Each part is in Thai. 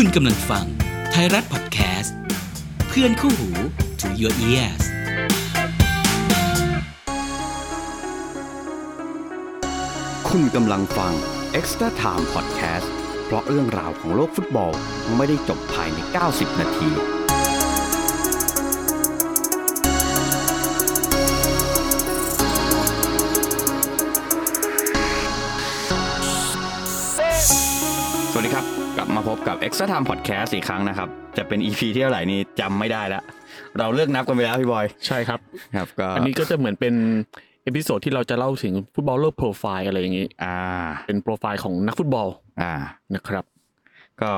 คุณกำลังฟังไทยรัฐพอดแคสต์เพื่อนคู่หู to your ears คุณกำลังฟัง Extra Time Podcast เพราะเรื่องราวของโลกฟุตบอลไม่ได้จบภายใน90นาทีสวัสดีครับกลับมาพบกับ Extra Time Podcast อีกครั้งนะครับจะเป็น EP ที่เท่าไหร่นี้จำไม่ได้แล้วเราเลิกนับกันไปแล้วพี่บอยใช่ครับก็อันนี้ก็จะเหมือนเป็นเอพิโซดที่เราจะเล่าถึงฟุตบอลเลอร์โปรไฟล์อะไรอย่างนี้เป็นโปรไฟล์ของนักฟุตบอลนะครับก็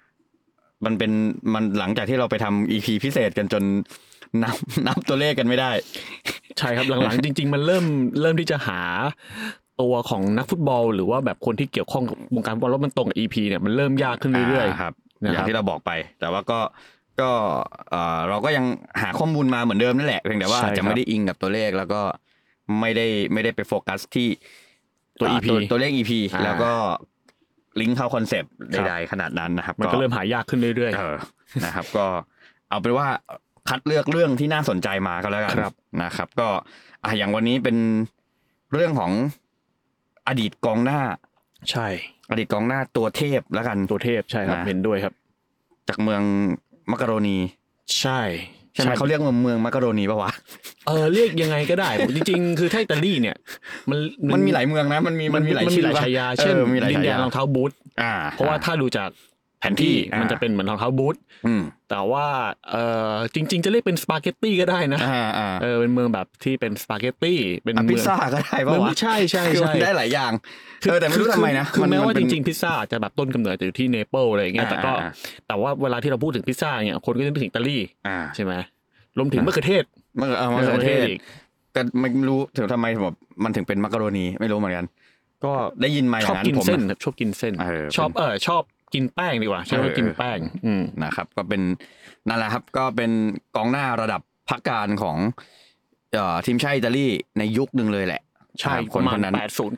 มันหลังจากที่เราไปทำ EP พิเศษกันจนนับตัวเลขกันไม่ได้ใช่ครับหลังๆ จริงๆมันเริ่มที่จะหาตัวของนักฟุตบอลหรือว่าแบบคนที่เกี่ยวข้องกับวงการฟุตบอลแล้วมันตรงกับ EP เนี่ยมันเริ่มยากขึ้นเรื่อยๆครับอย่างที่เราบอกไปแต่ว่าก็เราก็ยังหาข้อมูลมาเหมือนเดิมนั่นแหละเพียงแต่ว่าจะไม่ได้อิงกับตัวเลขแล้วก็ไม่ได้ไปโฟกัสที่ตัว EP ตัวเลข EP แล้วก็ลิงก์เข้าคอนเซปต์ใดๆขนาดนั้นนะครับมันก็เริ่มหายากขึ้นเรื่อยๆนะครับก็เอาเป็นว่าคัดเลือกเรื่องที่น่าสนใจมาก็แล้วกันนะครับก็อย่างวันนี้เป็นเรื่องของอดีตกองหน้าใช่อดีตกองหน้าตัวเทพแล้วกันตัวเทพใช่ครับเห็นด้วยครับจากเมืองมักกะโรนีใช่ใช่ไหมเขาเรียกเมืองมักกะโรนีป่ะวะเรียกยังไงก็ได้จริงๆคือถ้าอิตาลีเนี่ยมันมีหลายเมืองนะมันมีหลายชื่อฉายาเช่นดินแดนรองเท้าบูทเพราะว่าถ้าดูจากแผนที่มันจะเป็นเหมือนรองเท้าบูทแต่ว่าจริงๆจะเรียกเป็นสปาเกตตี้ก็ได้นะเป็นเมืองแบบที่เป็นสปาเกตตี้เป็นพิซซ่าก็ได้ป่ะวะใช่ได้หลายอย่างแต่ไม่รู้ทำไมนะคือแม้ว่าจริงๆพิซซ่าจะแบบต้นกำเนิดอยู่ที่เนเปิลอะไรอย่างเงี้ยแต่ว่าเวลาที่เราพูดถึงพิซซ่าเนี่ยคนก็จะนึกถึงอิตาลีใช่ไหมรวมถึงมะเขือเทศมะเขือเทศก็ไม่รู้ถึงทำไมแบบมันถึงเป็นมักกะโรนีไม่รู้เหมือนกันก็ได้ยินมาอย่างนั้นผมชอบกินเส้นชอบกินแป้งดีกว่าใช่ไหมกินแป้งนะครับก็เป็นนั่นแหละครับก็เป็นกองหน้าระดับพักการของทีมชาติอิตาลีในยุคนึงเลยแหละใช่คนนั้น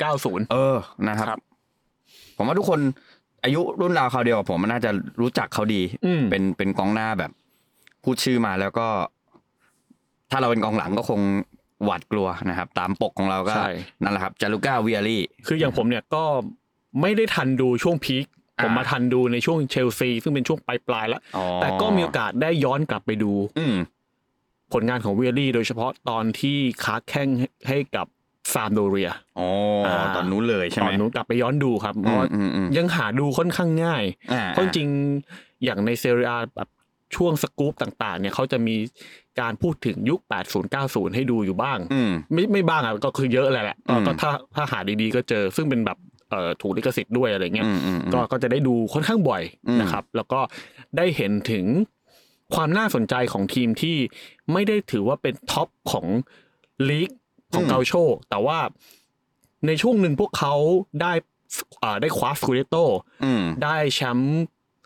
80-90นะครับผมว่าทุกคนอายุรุ่นราวคราวเดียวกับผมมันน่าจะรู้จักเขาดีเป็นกองหน้าแบบพูดชื่อมาแล้วก็ถ้าเราเป็นกองหลังก็คงหวาดกลัวนะครับตามปกของเราก็นั่นแหละครับจารุก้าวิอารีคืออย่างผมเนี่ยก็ไม่ได้ทันดูช่วงพีคผมมาทันดูในช่วงเชลซีซึ่งเป็นช่วงปลายๆแล้วแต่ก็มีโอกาสได้ย้อนกลับไปดูผลงานของวิอารีโดยเฉพาะตอนที่ค้าแข้งให้กับซามโดเรียตอนนู้นเลยใช่ไหมตอนนู้นกลับไปย้อนดูครับเพราะยังหาดูค่อนข้างง่ายเพราะจริงอย่างในเซเรียแบบช่วงสกู๊ปต่างๆเนี่ยเขาจะมีการพูดถึงยุค80-90ให้ดูอยู่บ้างไม่บ้างก็คือเยอะแหละก็ถ้าหาดีๆก็เจอซึ่งเป็นแบบถูกลิขสิทธิ์ด้วยอะไรเงี้ยก็จะได้ดูค่อนข้างบ่อยนะครับแล้วก็ได้เห็นถึงความน่าสนใจของทีมที่ไม่ได้ถือว่าเป็นท็อปของลีกของเกาโชแต่ว่าในช่วงหนึ่งพวกเขาได้คว้าสกูเดโต้ได้แชมป์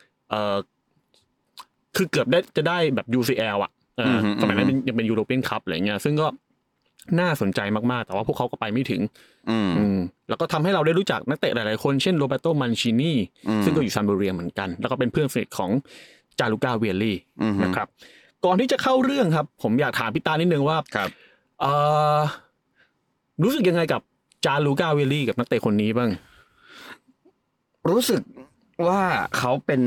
คือเกือบจะได้แบบ UCL อ่ะสมัยนั้นยังเป็นยูโรเปียนคัพอะไรเงี้ยซึ่งก็น่าสนใจมากๆแต่ว่าพวกเขาก็ไปไม่ถึงแล้วก็ทำให้เราได้รู้จักนักเตะหลายๆคนเช่นโรเบโตมันชินีซึ่งก็อยู่ซามโดเรียเหมือนกันแล้วก็เป็นเพื่อนสนิทของจารุก้าเวียรี่นะครับก่อนที่จะเข้าเรื่องครับผมอยากถามพี่ตานิดนึงว่ารู้สึกยังไงกับจารุก้าเวียรี่กับนักเตะคนนี้บ้างรู้สึกว่าเขาเป็น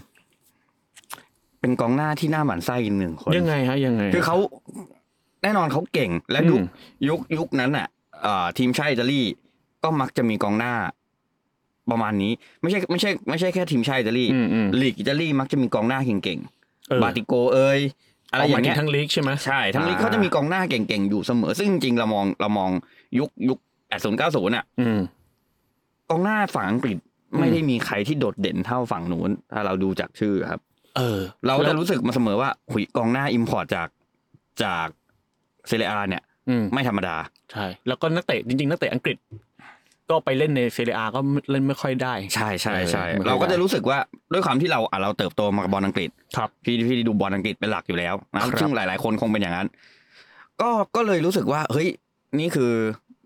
กองหน้าที่น่าหมั่นไส้อีกหนึ่งคนยังไงคือเขาแน่นอนเขาเก่งและยุคนั้นน่ะทีมชาติอิตาลีก็มักจะมีกองหน้าประมาณนี้ไม่ใช่แค่ทีมชาติอิตาลีลีกอิตาลีมักจะมีกองหน้าเก่งๆบาติโกอะไรอย่างเงี้ยทั้งลีกใช่ไหมใช่ทั้งลีกเขาจะมีกองหน้าเก่งๆอยู่เสมอซึ่งจริงๆเรามองยุค80-90น่ะกองหน้าฝั่งอังกฤษไม่ได้มีใครที่โดดเด่นเท่าฝั่งนู้นถ้าเราดูจากชื่อครับเราจะรู้สึกมาเสมอว่าหุยกองหน้าอิมพอร์ตจากเซเรียอาเนี่ยไม่ธรรมดาใช่แล้วก็นักเตะจริงๆนักเตะอังกฤษก็ไปเล่นในเซเรียอาก็เล่นไม่ค่อยได้ใช่เราก็จะรู้สึกว่าด้วยความที่เราเติบโตมากับบอลอังกฤษพี่ดูบอลอังกฤษเป็นหลักอยู่แล้วนะซึ่งหลายๆคนคงเป็นอย่างนั้นก็เลยรู้สึกว่าเฮ้ยนี่คือ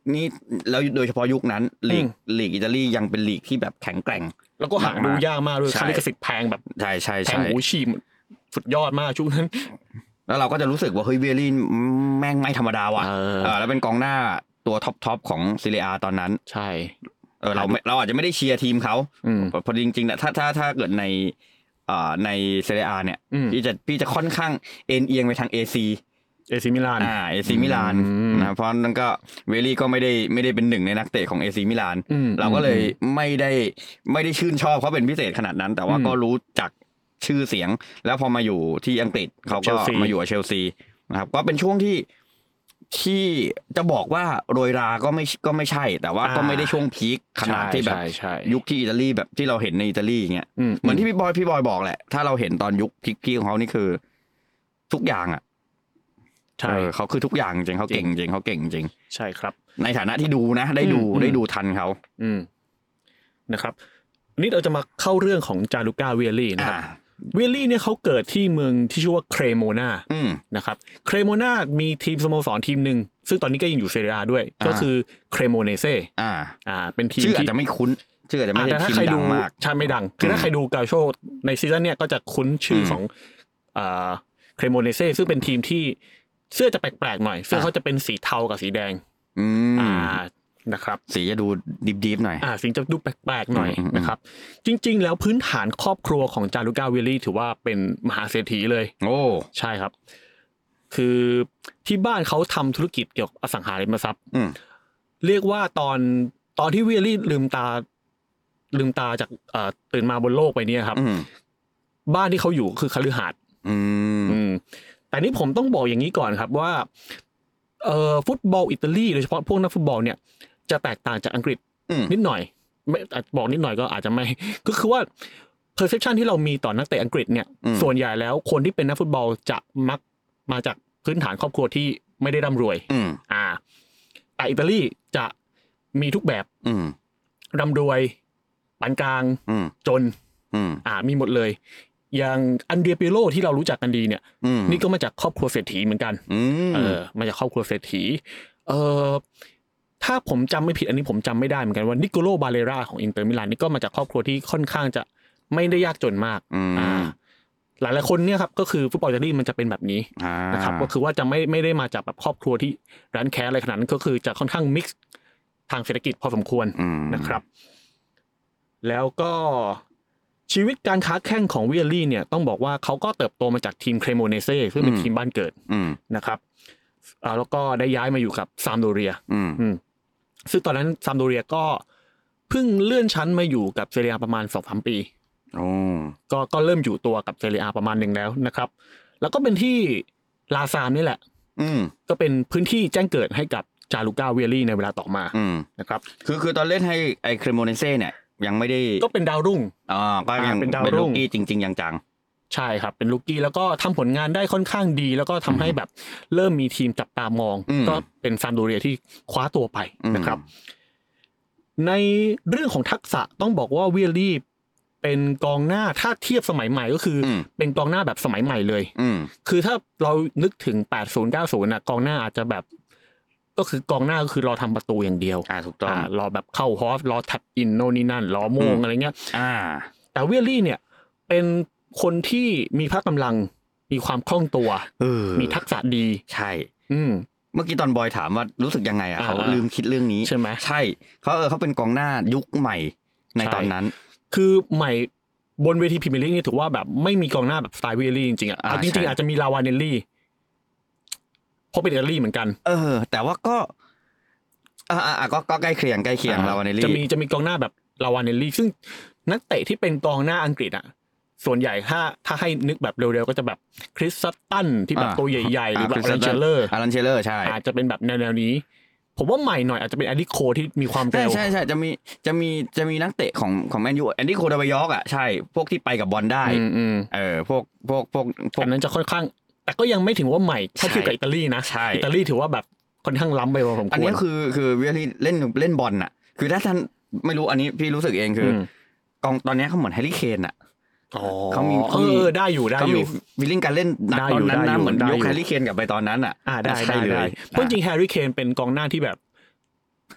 นี่แล้วโดยเฉพาะยุคนั้นลีกอิตาลียังเป็นลีกที่แบบแข็งแกร่งแล้วก็หาดูยากมากด้วยค่าลิขสิทธิ์แพงแบบใช่ๆๆแพงหูฉี่สุดยอดมากช่วงนั้นแล้วเราก็จะรู้สึกว่าเฮ้ยเวียรี่แม่งไม่ธรรมดาว่ะแล้วเป็นกองหน้าตัวท็อปของซีเรียตอนนั้นใช่เราอาจจะไม่ได้เชียร์ทีมเขาเพราะจริงๆนะถ้าเกิดในซีเรียเนี่ยพี่จะค่อนข้างเอียงไปทาง AC มิลาน AC มิลานนะเพราะนั้นก็เวลี่ก็ไม่ได้เป็นหนึ่งในนักเตะของ AC มิลานเราก็เลยไม่ได้ชื่นชอบเขาเป็นพิเศษขนาดนั้นแต่ว่าก็รู้จักชื่อเสียงแล้วพอมาอยู่ที่อังกฤษเขาก็มาอยู่กับเชลซีนะครับก็เป็นช่วงที่จะบอกว่าโรยราก็ไม่ใช่แต่ว่าก็ไม่ได้ช่วงพีคขนาดที่แบบยุคที่อิตาลีแบบที่เราเห็นในอิตาลีอย่างเงี้ยเหมือนที่พี่บอยบอกแหละถ้าเราเห็นตอนยุคพีคของเขานี่คือทุกอย่างอ่ะใช่เขาคือทุกอย่างจริงเขาเก่งจริงเขาเก่งจริงใช่ครับในฐานะที่ดูนะได้ดูทันเขานะครับนี่เราจะมาเข้าเรื่องของจารุก้าเวียรี่นะครับเวียรี่เนี่ยเขาเกิดที่เมืองที่ชื่อว่าเครโมนานะครับเครโมนามีทีมสโมสรทีมหนึ่งซึ่งตอนนี้ก็ยังอยู่เซเรียด้วยก็คือเครโมเนเซ่เป็นทีมชื่ออาจจะไม่คุ้นชื่ออาจจะไม่ได้ทีมดังมากใช่ไม่ดังคือถ้าใครดูกาโชในซีซั่นเนี่ยก็จะคุ้นชื่อของเครโมเนเซ่ซึ่งเป็นทีมที่เสื้อจะแปลกๆหน่อยเสื้อเขาจะเป็นสีเทากับสีแดงนะครับสีจะดูดิบๆหน่อยสีจะดูแปลกๆหน่อยนะครับจริงๆแล้วพื้นฐานครอบครัวของจารุก้าเวลลี่ถือว่าเป็นมหาเศรษฐีเลยโอ้ใช่ครับคือที่บ้านเขาทำธุรกิจเกี่ยวกับอสังหาริมทรัพย์เรียกว่าตอนที่เวลลี่ลืมตาจากตื่นมาบนโลกไปเนี่ยครับบ้านที่เขาอยู่คือคฤหาสน์แต่นี่ผมต้องบอกอย่างนี้ก่อนครับว่าฟุตบอลอิตาลีโดยเฉพาะพวกนักฟุตบอลเนี่ยจะแตกต่างจากอังกฤษนิดหน่อยไม่บอกนิดหน่อยก็อาจจะไม่ก็คือว่า perception ที่เรามีต่อนักเตะอังกฤษเนี่ยส่วนใหญ่แล้วคนที่เป็นนักฟุตบอลจะมักมาจากพื้นฐานครอบครัวที่ไม่ได้ร่ำรวยแต่อิตาลีจะมีทุกแบบร่ำรวยปานกลางจนมีหมดเลยอย่างอันเดรีย ปิโรที่เรารู้จักกันดีเนี่ยนี่ก็มาจากครอบครัวเศรษฐีเหมือนกันมาจากครอบครัวเศรษฐีถ้าผมจำไม่ผิดอันนี้ผมจำไม่ได้เหมือนกันว่านิโคโลบาเลราของอินเตอร์มิลานนี่ก็มาจากครอบครัวที่ค่อนข้างจะไม่ได้ยากจนมากหลายๆคนเนี่ยครับก็คือฟุตบอลอิตาลีมันจะเป็นแบบนี้นะครับก็คือว่าจะไม่ได้มาจากแบบครอบครัวที่ร้านแคร์อะไรขนาดนั้นก็คือจะค่อนข้างมิกซ์ทางเศรษฐกิจพอสมควรนะครับแล้วก็ชีวิตการค้าแข่งของเวียรี่เนี่ยต้องบอกว่าเขาก็เติบโตมาจากทีมเครโมเนเซ่ซึ่งเป็นทีมบ้านเกิดนะครับแล้วก็ได้ย้ายมาอยู่กับซามโดเรียซึ่งตอนนั้นซามโดเรียก็เพิ่งเลื่อนชั้นมาอยู่กับเซเรียประมาณ 2-3 ปีก็เริ่มอยู่ตัวกับเซเรียประมาณนึงแล้วนะครับแล้วก็เป็นที่ลาซามนี่แหละก็เป็นพื้นที่แจ้งเกิดให้กับจารุก้าเวียรี่ในเวลาต่อมานะครับคือตอนเล่นให้ไอเครโมเนเซ่เนี่ยยังไม่ได้ก็เป็นดาวรุ่งก็ยังเป็นดาวรุ่งจริงๆจังใช่ครับเป็นลูกกี้แล้วก็ทำผลงานได้ค่อนข้างดีแล้วก็ทำให้แบบเริ่มมีทีมจับตามองก็เป็นซามโดเรียที่คว้าตัวไปนะครับในเรื่องของทักษะต้องบอกว่าเวียรี่เป็นกองหน้าถ้าเทียบสมัยใหม่ก็คือเป็นกองหน้าแบบสมัยใหม่เลยคือถ้าเรานึกถึง80-90น่ะกองหน้าอาจจะแบบก็คือกองหน้าก็คือรอทำประตูอย่างเดียวถูกต้องรอแบบเข้าฮอฟรอแท็บอินโน่นนี่นั่นรอโมงอะไรเงี้ยแต่เวียรี่เนี่ยเป็นคนที่มีพละกำลังมีความคล่องตัวมีทักษะดีใช่เมื่อกี้ตอนบอยถามว่ารู้สึกยังไงเขาลืมคิดเรื่องนี้ใช่ไหมใช่เขาเป็นกองหน้ายุคใหม่ในตอนนั้นคือใหม่บนเวทีพรีเมียร์ลีกนี่ถือว่าแบบไม่มีกองหน้าแบบสไตล์เวียรี่จริงๆจริงๆอาจจะมีลาวาเนลลี่เพราะเป็นอิตาลีเหมือนกันแต่ว่าก็ก็ใกล้เคียงลาวาเนลลี่จะมีกองหน้าแบบลาวาเนลลี่ซึ่งนักเตะที่เป็นกองหน้าอังกฤษส่วนใหญ่ถ้าให้นึกแบบเร็วๆก็จะแบบคริสซัตตันที่แบบตัวใหญ่ๆหรือแบบอารันเชลเลอร์ใช่อาจจะเป็นแบบแนวนี้ผมว่าใหม่หน่อยอาจจะเป็นแอนดี้โคที่มีความเร็วใช่จะมีนักเตะของแมนยูแอนดี้โคดาวายอกใช่พวกที่ไปกับบอลได้พวกอันนั้นจะค่อนข้างแต่ก็ยังไม่ถึงว่าใหม่ถ้าเทียบกับอิตาลีนะอิตาลีถือว่าแบบค่อนข้างล้ำไปพอสมควรอันนี้คือเวลาเล่นบอลคือถ้าท่านไม่รู้อันนี้พี่รู้สึกเองคือกองตอนนี้เขาเหมือนแฮร์รี่เคนเขามีได้อยู่วิลลิ่งการเล่นตอนนั้นนะเหมือนยกแฮร์รี่เคนกลับไปตอนนั้นได้เลยเพราะจริงแฮร์รี่เคนเป็นกองหน้าที่แบบ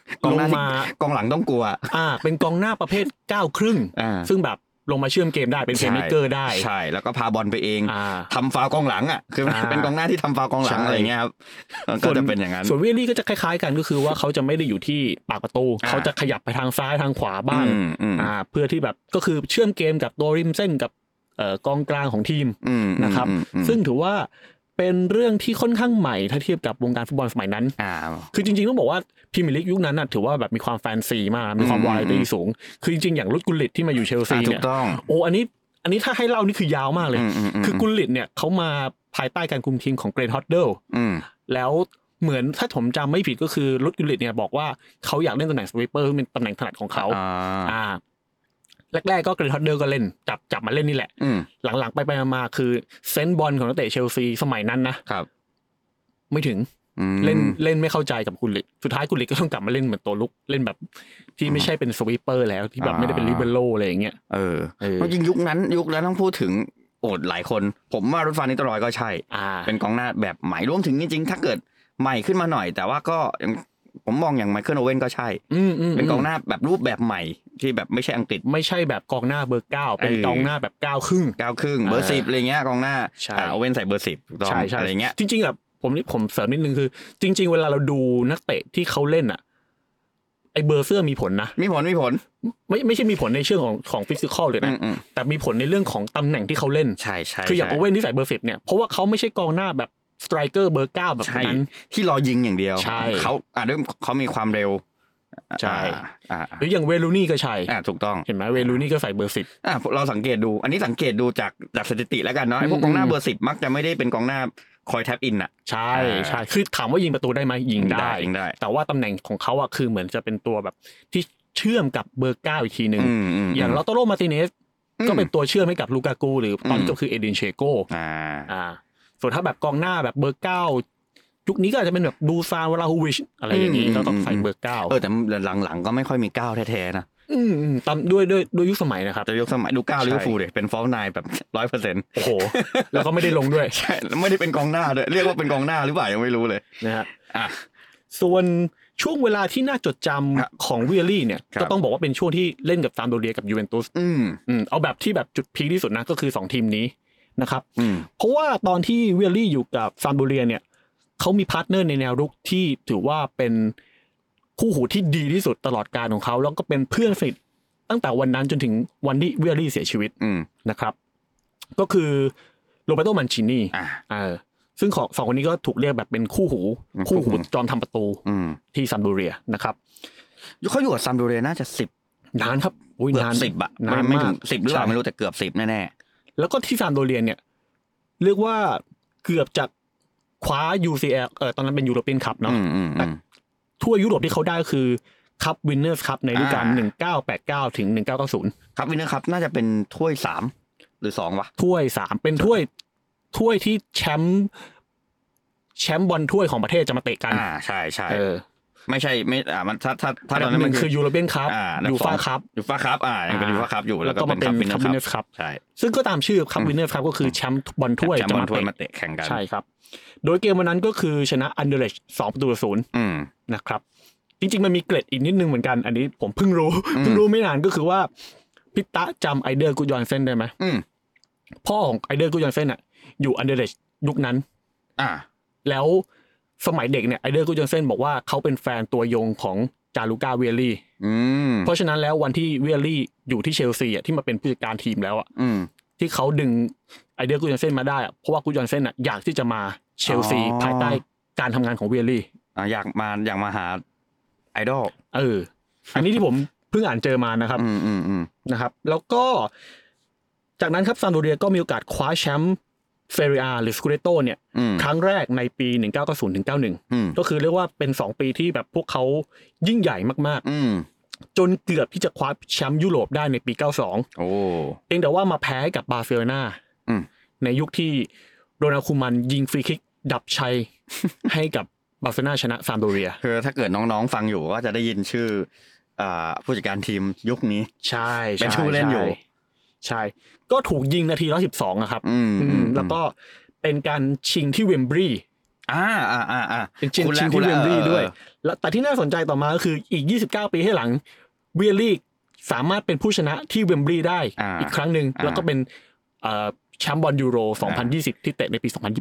ลงมากองหลังต้องกลัวเป็นกองหน้าประเภท9ครึ่งซึ่งแบบลงมาเชื่อมเกมได้เป็นเพลย์เมคเกอร์ได้ใช่แล้วก็พาบอลไปเองทำฟาวล์กองหลังคือเป็นกองหน้าที่ทำฟาวล์กองหลังอะไรเงี้ยครับก็จะเป็นอย่างนั้นส่วนเวียรี่ก็จะคล้ายๆกันก็คือว่าเขาจะไม่ได้อยู่ที่ปากประตูเขาจะขยับไปทางซ้ายทางขวาบ้างเพื่อที่แบบก็คือเชื่อมเกมกับตัวริมเส้นกับกองกลางของทีมนะครับซึ่งถือว่าเป็นเรื่องที่ค่อนข้างใหม่ถ้าเทียบกับวงการฟุตบอลสมัยนั้นคือจริงๆต้องบอกว่าพรีเมียร์ลีกยุคนั้นน่ะถือว่าแบบมีความแฟนซีมากมีความวาไรตี้สูงคือจริงๆอย่างรุดกุลลิตที่มาอยู่เชลซีเนี่ยโอ้อันนี้ถ้าให้เล่านี่คือยาวมากเลยคือกุลลิตเนี่ยเขามาภายใต้การคุมทีมของเกรนฮอตเดิลแล้วเหมือนถ้าผมจำไม่ผิดก็คือรุดกุลลิตเนี่ยบอกว่าเขาอยากเล่นตำแหน่งสวีปเปอร์เป็นตำแหน่งถนัดของเขาแรกๆก็เกรนฮอตเดิลก็เล่นจับมาเล่นนี่แหละหลังๆไปมาคือเซนส์บอลของนักเตะเชลซีสมัยนั้นนะครับไม่ถึงเล่นไม่เข้าใจกับกุลลิตสุดท้ายกุลลิตก็ต้องกลับมาเล่นเหมือนตัวลุกเล่นแบบที่ไม่ใช่เป็นสวีปเปอร์แล้วที่แบบไม่ได้เป็นลิเบโร่อะไรอย่างเงี้ยจริงยุคนั้นต้องพูดถึงหลายคนผมว่ารถฟานิตรอยก็ใช่เป็นกองหน้าแบบใหม่รวมถึงจริงๆถ้าเกิดใหม่ขึ้นมาหน่อยแต่ว่าก็ผมมองอย่างไมเคิลโอเว่นก็ใช่เป็นกองหน้าแบบรูปแบบใหม่ที่แบบไม่ใช่อังกฤษไม่ใช่แบบกองหน้าเบอร์9เป็นกองหน้าแบบ9ครึ่งเบอร์10อะไรเงี้ยกองหน้าโอเว่นใส่เบอร์10ถูกต้องอะไรเงี้ยจริงๆแบบผมเสริมนิดนึงคือจริงๆเวลาเราดูนักเตะที่เขาเล่นอ่ะไอเบอร์เสื้อมีผลนะมีผลไม่ใช่มีผลในเชิงของฟิสิคอลเลยนะแต่มีผลในเรื่องของตำแหน่งที่เขาเล่นใช่คืออย่างโอเว่นที่ใส่เบอร์10เนี่ยเพราะว่าเขาไม่ใช่กองหน้าแบบสไตรเกอร์เบอร์9แบบนั้นที่รอยิงอย่างเดียวเขาด้วยเขามีความเร็วใช่หรืออย่างเวลูนี่ก็ใช่ถูกต้องเห็นไหมเวลูนี่ก็ใส่เบอร์10 เราสังเกตดูอันนี้สังเกตดูจากสถิติแล้วกันเนาะไอ้พวกกองหน้าเบอร์10มักจะไม่ได้เป็นกองหน้าคอยแท็บอินใช่คือถามว่ายิงประตูได้ไหมยิงได้แต่ว่าตำแหน่งของเขาคือเหมือนจะเป็นตัวแบบที่เชื่อมกับเบอร์9อีกทีนึงอย่างลอตโตโรมาร์ติเนสก็เป็นตัวเชื่อมให้กับลูกากูหรือตอนนี้ก็คือเอดินเชโกส่วนถ้าแบบกองหน้าแบบเบอร์9ยุคนี้ก็อาจจะเป็นแบบดูซานวลาฮูวิชอะไรอย่างนี้ก็ต้องใส่เบอร์9 แต่หลังๆก็ไม่ค่อยมี9แท้ๆนะตามด้วยยุคสมัยนะครับแต่ยุคสมัยดู9ลิเวอร์พูลเลยเป็นฟอลต์9แบบ 100% โอ้โหแล้วก็ไม่ได้ลงด้วยใช่ไม่ได้เป็นกองหน้าด้วยเรียกว่าเป็นกองหน้าหรือเปล่ายังไม่รู้เลยนะฮะส่วนช่วงเวลาที่น่าจดจำของเวียรี่เนี่ยก็ต้องบอกว่าเป็นช่วงที่เล่นกับซามโดเรียกับยูเวนตุสเอาแบบที่แบบจุดพีคที่สุดนะก็คือ2ทีมนี้นะครับเพราะว่าตอนที่เวียรี่อยู่กับซามโดเรียเนี่ยเขามีพาร์ทเนอร์ในแนวรุกที่ถือว่าเป็นคู่หูที่ดีที่สุดตลอดกาลของเขาแล้วก็เป็นเพื่อนสนิทตั้งแต่วันนั้นจนถึงวันที่เวียรี่เสียชีวิตนะครับก็คือโรเบโตมันชินีซึ่งสองคนนี้ก็ถูกเรียกแบบเป็นคู่หูจอมทำประตูที่ซัมโดเรียนะครับเขาอยู่กับซัมโดเรียน่าจะ10 นานครับนาน10อ่ะไม่ถึง10หรือเปล่าไม่รู้แต่เกือบ10แน่ๆแล้วก็ที่ซัมโดเรียเนี่ยเรียกว่าเกือบจะคว้า UCL ตอนนั้นเป็นยูโรเปียนคัพเนาะแต่ทั่วยุโรปที่เขาได้คือคัพวินเนอร์สคัพในฤดูกาล1989ถึง1990 คัพวินเนอร์สคัพน่าจะเป็นถ้วย3หรือ2วะถ้วย3เป็นถ้วยที่แชมป์บอลถ้วยของประเทศจะมาเตะกันใช่ไม่ใช่ไม่มันถ้าตอนนั้นมันคือยูโรเปียนคัพยูฟ่าคัพยังเป็นยูฟ่าคัพอยู่แล้วก็เป็นคัพวินเนอร์สคัพใช่ซึ่งก็ตามชื่อคัพวินเนอร์สคัพก็คือแชมป์บอลถ้วยจะมาเตะแข่งกันใช่ครับโดยเกมวันนั้นก็คือชนะอันเดอร์เลช2-0นะครับจริงๆมันมีเกร็ดอีกนิดนึงเหมือนกันอันนี้ผมเพิ่งรู้ไม่นานก็คือว่าพิตะจำไอเดอร์กูยอนเซนได้ไหมพ่อของไอเดอร์กูยอนเซนอยู่อันเดอร์เลชยุคนั้นแล้วสมัยเด็กเนี่ยไอเดอร์กูยอนเซนบอกว่าเขาเป็นแฟนตัวยงของจารุก้าเวียรี่เพราะฉะนั้นแล้ววันที่เวียรี่อยู่ที่เชลซีที่มาเป็นผู้จัดการทีมแล้วที่เขาดึงไอเดอร์กูยอนเซนมาได้เพราะว่ากูยอนเซนอยากที่จะมาเชลซีภายใต้การทำงานของเวียรี่อยากมาหาไอดอลอันนี้ที่ผมเพิ่งอ่านเจอมานะครับนะครับแล้วก็จากนั้นครับซามโดเรียก็มีโอกาสคว้าแชมป์เซเรียหรือสกูเดโตเนี่ยครั้งแรกในปี1990ถึง91ก็คือเรียกว่าเป็น2ปีที่แบบพวกเขายิ่งใหญ่มากๆจนเกือบที่จะคว้าแชมป์ยุโรปได้ในปี92เองแต่ว่ามาแพ้กับบาร์เซโลนาในยุคที่โรนัลด์คูมันยิงฟรีคิกดับชัยให้กับบาร์เซโลนาชนะซามโดเรียคือถ้าเกิดน้องๆฟังอยู่ก็จะได้ยินชื่อผู้จัดการทีมยุคนี้ใช่เป็นผู้เล่นอยู่ใช่ก็ถูกยิงนาที12นะครับแล้วก็เป็นการชิงที่เวมบลีย์เป็นชิงที่เวมบลีย์ด้วยแล้วแต่ที่น่าสนใจต่อมาก็คืออีก29ปีให้หลังเวียรี่สามารถเป็นผู้ชนะที่เวมบลีย์ได้อีกครั้งนึงแล้วก็เป็นแชมป์บอลยูโร2020ที่เตะในปี2021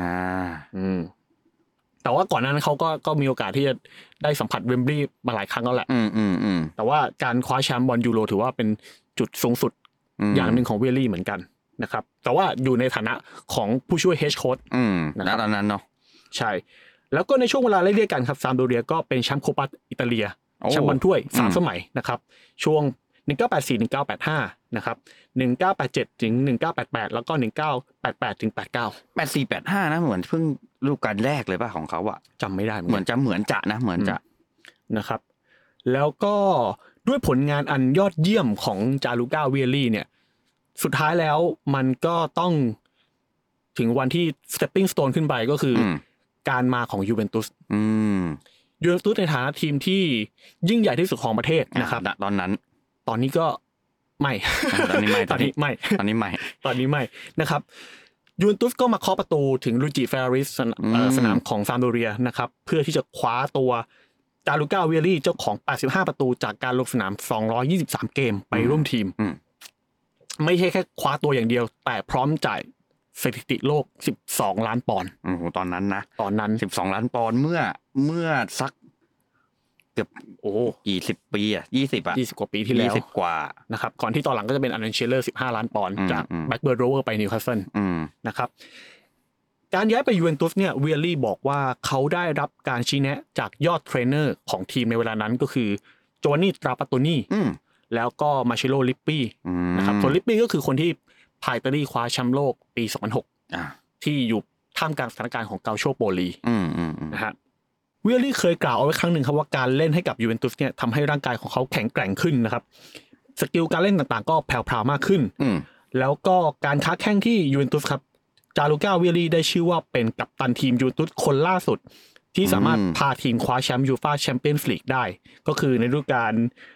แต่ว่าก่อนหน้านั้นเขาก็มีโอกาสที่จะได้สัมผัสเวมบลีย์มาหลายครั้งแล้วแหละแต่ว่าการคว้าแชมป์บอลยูโรถือว่าเป็นจุดสูงสุดอย่างหนึ่งของเวียรี่เหมือนกันนะครับแต่ว่าอยู่ในฐานะของผู้ช่วยเฮดโค้ชนะครับตอนนั้นเนาะใช่แล้วก็ในช่วงเวลาไล่เรียกกันครับซามโดเรียก็เป็นแชมป์โคปาอิตาเลียแชมป์บอลถ้วย3สมัยนะครับช่วง1984 1985นะครับ1987ถึง1988แล้วก็1988ถึง89 84 85นะเหมือนเพิ่งฤดูกาลแรกเลยป่ะของเขาอะจำไม่ได้เหมือนจะนะครับแล้วก็ด้วยผลงานอันยอดเยี่ยมของจาลูก้าเวียรี่เนี่ยสุดท้ายแล้วมันก็ต้องถึงวันที่ stepping stone ขึ้นไปก็คือการมาของยูเวนตุสยูเวนตุสในฐานะทีมที่ยิ่งใหญ่ที่สุดของประเทศนะครับตอนนี้ก็ไม่ตอนนี้ไม่นะครับยูเวนตุสก็มาเคาะประตูถึงลูจิเฟริสสนามของซามโดเรียนะครับเพื่อที่จะคว้าตัวจาลูก้าเวียรี่เจ้าของ85ประตูจากการลงสนาม223เกมไปร่วมทีมไม่ใช่แค่คว้าตัวอย่างเดียวแต่พร้อมจ่ายสถิติโลก12ล้านปอนด์ตอนนั้น12ล้านปอนด์เมื่อสักเกือบกี่สิบปี 20กว่าปีที่แล้ว 20กว่านะครับก่อนที่ตอนหลังก็จะเป็นอันเดนเชลเลอร์15ล้านปอนด์จากแบล็กเบิร์ดโรเวอร์ไปนิวคาสเซิลนะครับการย้ายไปยูเวนตุสเนี่ยเวียรี่บอกว่าเขาได้รับการชี้แนะจากยอดเทรนเนอร์ของทีมในเวลานั้นก็คือโจวานนี่ตราปาโตนีแล้วก็มาเชโลลิปปี้นะครับส่วนลิปปี้ก็คือคนที่พาอิตาลีคว้าแชมป์โลกปี2006ที่อยู่ท่ามกลางสถานการณ์ของเกาโชโปลีนะฮะเวียรี่เคยกล่าวเอาไว้ครั้งหนึ่งครับว่าการเล่นให้กับยูเวนตุสเนี่ยทำให้ร่างกายของเขาแข็งแกร่งขึ้นนะครับสกิลการเล่นต่างๆก็แผ่วๆมากขึ้นแล้วก็การค้าแข่งที่ยูเวนตุสครับจาลูก้าเวียรี่ได้ชื่อว่าเป็นกัปตันทีมยูเวนตุสคนล่าสุดที่สามารถพาทีมคว้าแชมป์ยูฟ่าแชมเปี้ยนส์ลีกได้ก็คือในฤดูกาล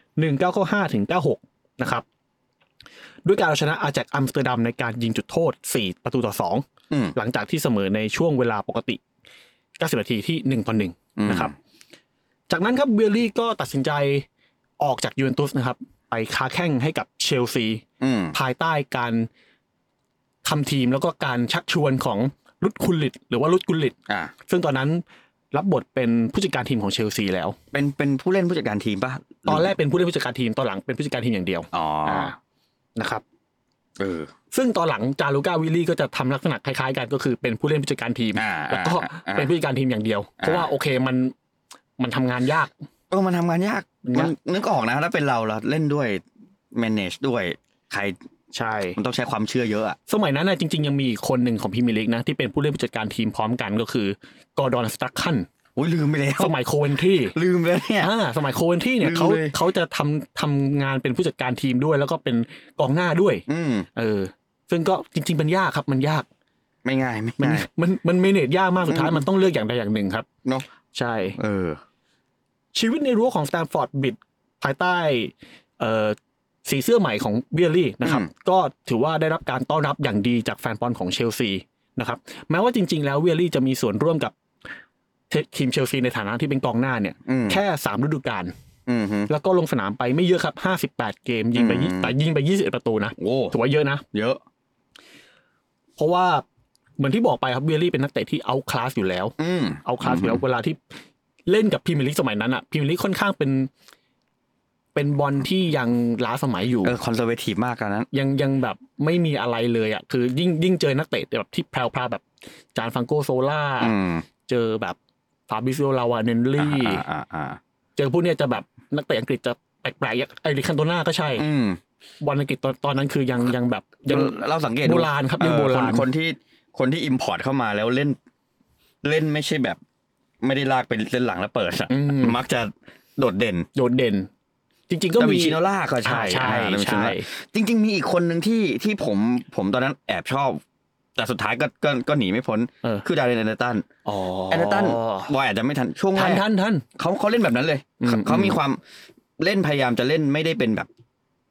1995ถึง96นะครับด้วยการเอาชนะอาแจ็คอัมสเตอร์ดัมในการยิงจุดโทษ4-2หลังจากที่เสมอในช่วงเวลาปกติ90นาทีที่1-1นะครับจากนั้นครับเวียรี่ก็ตัดสินใจออกจากยูเวนตุสนะครับไปค้าแข่งให้กับเชลซีภายใต้การทำทีมแล้วก็การชักชวนของรุดคุลลิตหรือว่ารุดกุลลิตซึ่งตอนนั้นรับบทเป็นผู้จัดการทีมของเชลซีแล้วเป็นผู้เล่นผู้จัดการทีมป่ะตอนแรกเป็นผู้เล่นผู้จัดการทีมตอนหลังเป็นผู้จัดการทีมอย่างเดียวนะครับซึ่งตอนหลังจาลูก้าวิลลี่ก็จะทำลักษณะคล้ายๆกันก็คือเป็นผู้เล่นผู้จัดการทีมแล้วก็เป็นผู้จัดการทีมอย่างเดียวเพราะว่าโอเคมันทำงานยากมันทำงานยากมันนึกออกนะถ้าเป็นเราเล่นด้วย manage ด้วยใครใช่มันต้องใช้ความเชื่อเยอะสมัยนั้นจริงๆยังมีคนหนึ่งของพรีเมียร์ลีกนะที่เป็นผู้เล่นผู้จัดการทีมพร้อมกันก็คือกอร์ดอนสตั๊กคันลืมไปแล้วสมัยโคเวนทรีลืมแล้วเนี่ยสมัยโคเวนทรีเนี่ยเขาจะทำงานเป็นผู้จัดการทีมด้วยแล้วก็เป็นกองหน้าด้วยซึ่งก็จริงๆมันยากครับมันยากไม่ง่ายมันเมเนจยากมากสุดท้ายมันต้องเลือกอย่างใดอย่างหนึ่งครับเนาะใช่ชีวิตในรั้วของสแตมฟอร์ดบริดจ์ภายใต้สีเสื้อใหม่ของเวียรี่นะครับก็ถือว่าได้รับการต้อนรับอย่างดีจากแฟนบอลของเชลซีนะครับแม้ว่าจริงๆแล้วเวียรี่จะมีส่วนร่วมกับทีมเชลซีในฐานะที่เป็นกองหน้าเนี่ยแค่3ฤดูกาลแล้วก็ลงสนามไปไม่เยอะครับ58เกมยิงไป21ประตูนะถือว่าเยอะนะเยอะเพราะว่าเหมือนที่บอกไปครับเวียรี่เป็นนักเตะที่เอาคลาสอยู่แล้วเอาคลาสอยู่แล้วเวลาที่เล่นกับพรีเมียร์ลีกสมัยนั้นพรีเมียร์ลีกค่อนข้างเป็นบอลที่ยังล้าสมัยอยู่คอนเซอร์เวทีฟมากกันนั้นยังแบบไม่มีอะไรเลยคือยิ่งเจอนักเตะแบบที่แพรวๆแบบจานฟังโกโซล่าเจอแบบฟาบิซิโอลาวาเนนลี่เจอพวกเนี้ยจะแบบนักเตะอังกฤษจะแปลกๆไอริคันโตน่าก็ใช่บอลอังกฤษตอนนั้นคือยังแบบยังเราสังเกตโบราณครับยังโบราณคนที่อิมพอร์ตเข้ามาแล้วเล่นไม่ใช่แบบไม่ได้ลากไปเส้นหลังแล้วเปิดมักจะโดดเด่นจริงๆก็มีชิโนล่าก็ใช่จริงๆมีอีกคนนึงที่ผมตอนนั้นแอบชอบแต่สุดท้ายก็หนีไม่พ้นคือดาเรน แอนเดอร์ตันแอนเดอร์ตันบอยอาจจะไม่ทันช่วงแรกทันเขาเล่นแบบนั้นเลยเขามีความเล่นพยายามจะเล่นไม่ได้เป็นแบบ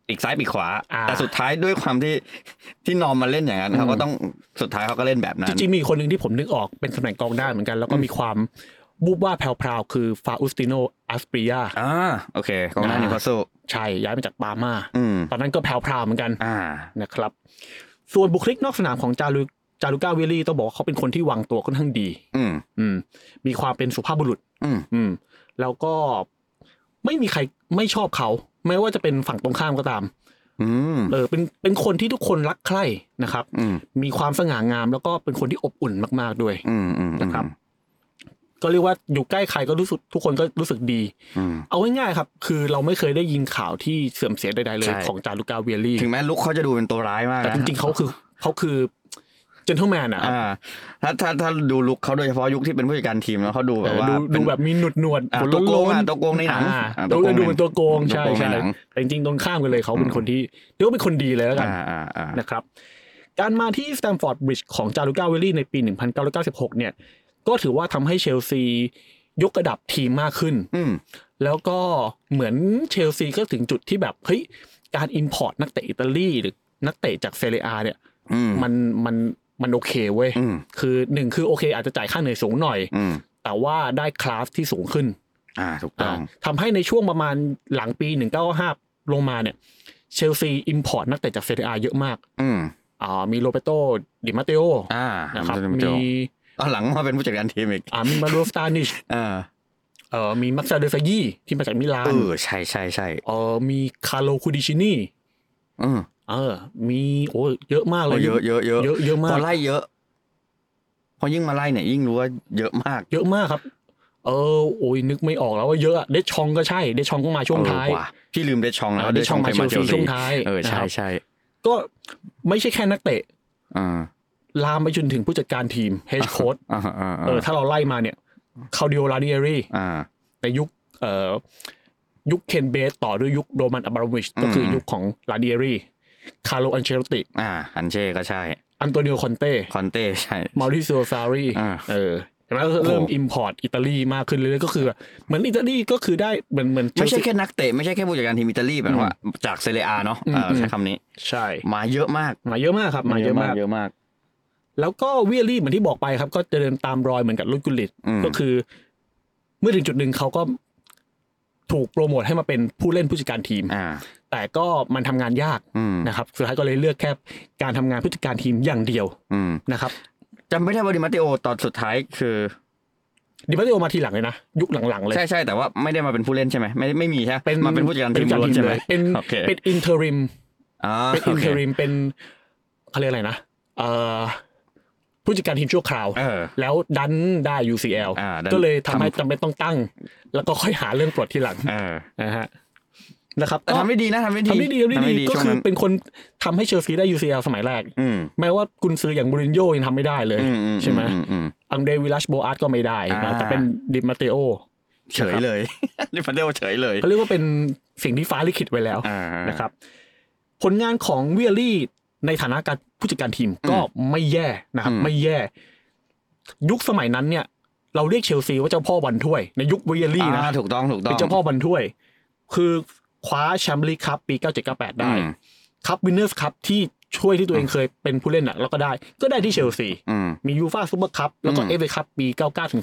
ปีกซ้ายปีกขวาแต่สุดท้ายด้วยความที่นอมมาเล่นอย่างนั้นเขาก็ต้องสุดท้ายเขาก็เล่นแบบนั้นจริงๆมีคนนึงที่ผมนึกออกเป็นตำแหน่งกองหน้าเหมือนกันแล้วก็มีความบูบว่าแพรวๆคือฟาอุสติโนอัสปริยาโอเคกองหน้านิวคาสเซิลใช่ย้ายมาจากปาร์มาตอนนั้นก็แพรวๆเหมือนกันนะครับส่วนบุคลิกนอกสนามของจารุก้าเวลลี่ต้องบอกว่าเขาเป็นคนที่วางตัวค่อนข้างดีมีความเป็นสุภาพบุรุษแล้วก็ไม่มีใครไม่ชอบเขาไม่ว่าจะเป็นฝั่งตรงข้ามก็ตามเป็นคนที่ทุกคนรักใคร่นะครับมีความสง่างามแล้วก็เป็นคนที่อบอุ่นมากๆด้วยนะครับก็เรียกว่าอยู่ใกล้ใครก็รู้สึกทุกคนก็รู้สึกดีเอาง่ายๆครับคือเราไม่เคยได้ยินข่าวที่เสื่อมเสียใดๆเลยของจารุก้าเวลลี่ถึงแม้ลุคเขาจะดูเป็นตัวร้ายมากแต่จริงๆเขาคือเจนเทิลแมนอ่ะถ้าดูลุคเขาโดยเฉพาะยุคที่เป็นผู้จัดการทีมแล้วเขาดูแบบว่าดูแบบมีหนวดตัวโกงในหนังดูเป็นตัวโกงใช่แต่จริงๆตรงข้ามกันเลยเขาเป็นคนที่เรียกว่าเป็นคนดีเลยแล้วกันนะครับการมาที่สแตมฟอร์ดบริดจ์ของจารุก้าเวลลี่ในปี1996เนี่ยก็ถือว่าทำให้เชลซียกระดับทีมมากขึ้นแล้วก็เหมือนเชลซีก็ถึงจุดที่แบบเฮ้ยการอิมพอร์ตนักเตะอิตาลีหรือนักเตะจากเซเรียอาเนี่ยมันโอเคเว้ยคือหนึ่งคือโอเคอาจจะจ่ายค่าเหนื่อยสูงหน่อยแต่ว่าได้คลาสที่สูงขึ้นถูกต้องทำให้ในช่วงประมาณหลังปี1995ลงมาเนี่ยเชลซีอิมพอร์ตนักเตะจากเซเรียอาเยอะมากมีโรเบโตดิมาเตโอนะครับมีตอนหลังมาเป็นผู้จัดการทีมอีกมีมาโรสตานิชมีมักซาเดซายีที่มาจากมิลานใช่มีคาร์โลคูดิชินีมีเยอะมากเลยเยอะมากพอไล่เยอะพอยิ่งมาไล่เนี่ยยิ่งรู้ว่าเยอะมากครับนึกไม่ออกแล้วว่าเยอะเดชองก็ใช่เดชองก็มาช่วงท้ายพี่ลืมเดชองแล้วเดชองมาเชลซีช่วงท้ายใช่ก็ไม่ใช่แค่นักเตะลามไปจนถึงผู้จัดการทีมเฮดโค้ชถ้าเราไล่มาเนี่ยคาดิโอลาดิเอรีในยุคเคนเบสต่อด้วยยุคโรมันอับราโมวิชก็คือยุคของลาดิเอรีคาร์โลอันเชลติอันเช่ก็ใช่อันโตนิโอคอนเต้ใช่มาริซิโอซารีแล้วเริ่มอิมพอร์ตอิตาลีมากขึ้นเรื่อยๆก็คือเหมือนอิตาลีก็คือได้เหมือนไม่ใช่แค่นักเตะไม่ใช่แค่ผู้จัดการทีมอิตาลีแบบว่าจากเซเรียอาเนาะใช้คำนี้ใช่มาเยอะมากครับมาเยอะมากแล้วก็เวียรี่เหมือนที่บอกไปครับก็จะเดินตามรอยเหมือนกับลุยกุลิตก็คือเมื่อถึงจุดหนึ่งเขาก็ถูกโปรโมทให้มาเป็นผู้เล่นผู้จัดการทีมแต่ก็มันทำงานยากนะครับสุดท้ายก็เลยเลือกแค่การทำงานผู้จัดการทีมอย่างเดียวนะครับจำไม่ได้ว่าดิมาเตโอตอนสุดท้ายคือดิมาเตโอมาทีหลังเลยนะยุคหลังๆเลยใช่แต่ว่าไม่ได้มาเป็นผู้เล่นใช่ไหมไม่มีใช่มาเป็นผู้จัดการทีมใช่ไหมเป็นอินเทอริมเป็นเขาเรียกอะไรนะผู้จัดการทีมชั่วคราวแล้วดันได้ UCL ก็เลยทำให้จำเป็นต้องตั้งแล้วก็ค่อยหาเรื่องปลดทีหลังนะฮะนะครับแต่ทำไม่ดีนะทำไม่ดีก็คือเป็นคนทำให้เชลซีได้ UCL สมัยแรกแม้ว่ากุนซืออย่างมูรินโญ่ยังทำไม่ได้เลยใช่ไหมอังเดรวิลาชโบอาร์ตก็ไม่ได้แต่เป็นดิมาเตโอเฉยเลยดิมาเตโอเฉยเลยเขาเรียกว่าเป็นสิ่งที่ฟ้าลิขิตไว้แล้วนะครับผลงานของเวียรี่ในฐานะการผู้จัดการทีมก็ไม่แย่นะครับไม่แย่ยุคสมัยนั้นเนี่ยเราเรียกเชลซีว่าเจ้าพ่อบอลถ้วยในยุคเวียรี่นะถูกต้องเป็นเจ้าพ่อบอลถ้วยคือคว้าแชมเปี้ยนลีกคัพปี97-98ได้คัพวินเนอร์สคัพที่ช่วยที่ตัวเองเคยเป็นผู้เล่นแล้วก็ได้ที่เชลซีมียูฟ่าซุปเปอร์คัพแล้วก็เอฟเอคัพปี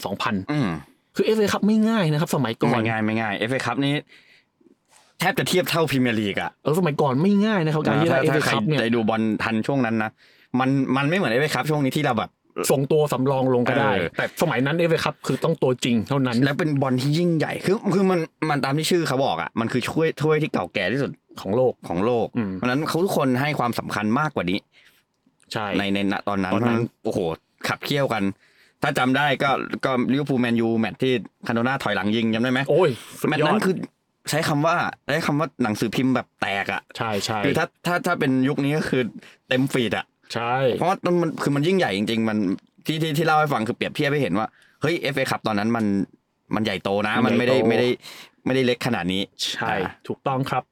99-2000คือเอฟเอคัพไม่ง่ายนะครับสมัยก่อนไม่ง่ายเอฟเอคัพนี้แทบจะเทียบเท่าพรีเมียร์ลีกสมัยก่อนไม่ง่ายนะครับการที่ได้เอฟเอคัพเนี่ยได้ดูบอลทันช่วงนั้นนะมันไม่เหมือนเอฟเอคัพช่วงนี้ที่เราแบบส่งตัวสำรองลงก็ได้แต่สมัยนั้นเอฟเอคัพคือต้องตัวจริงเท่านั้นแล้วเป็นบอลที่ยิ่งใหญ่คือมันตามที่ชื่อเขาบอกมันคือถ้วยที่เก่าแก่ที่สุดของโลกเพราะนั้นเขาทุกคนให้ความสำคัญมากกว่านี้ใช่ในตอนนั้นโอ้โหขับเคี่ยวกันถ้าจำได้ก็ลิเวอร์พูลแมนยูแมตช์ที่คาโนน่าถอยหลังยิงจำได้ไหมโอ้ยแมตช์นั้นคือใช้คำว่าหนังสือพิมพ์แบบแตกใช่คือถ้าเป็นยุคนี้ก็คือเต็มฟีดใช่เพราะมันยิ่งใหญ่จริงๆมันที่เล่าให้ฟังคือเปรียบเทียบให้เห็นว่าเฮ้ย FA คัพตอนนั้นมันใหญ่โตนะมันไม่ได้เล็กขนาดนี้ใช่ถูกต้องครับ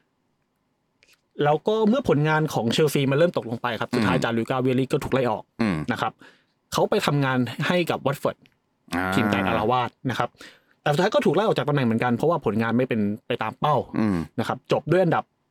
แล้วก็เมื่อผลงานของเชลซีมันเริ่มตกลงไปครับสุดท้ายจารุก้าเวลลี่ก็ถูกไล่ออกนะครับเขาไปทำงานให้กับวัตฟอร์ดทีมแตกอาละวาดนะครับแต่สุดท้ายก็ถูกไล่ออกจากตำแหน่งเหมือนกันเพราะว่าผลงานไม่เป็นไปตามเป้านะครับจบด้วยอันดับ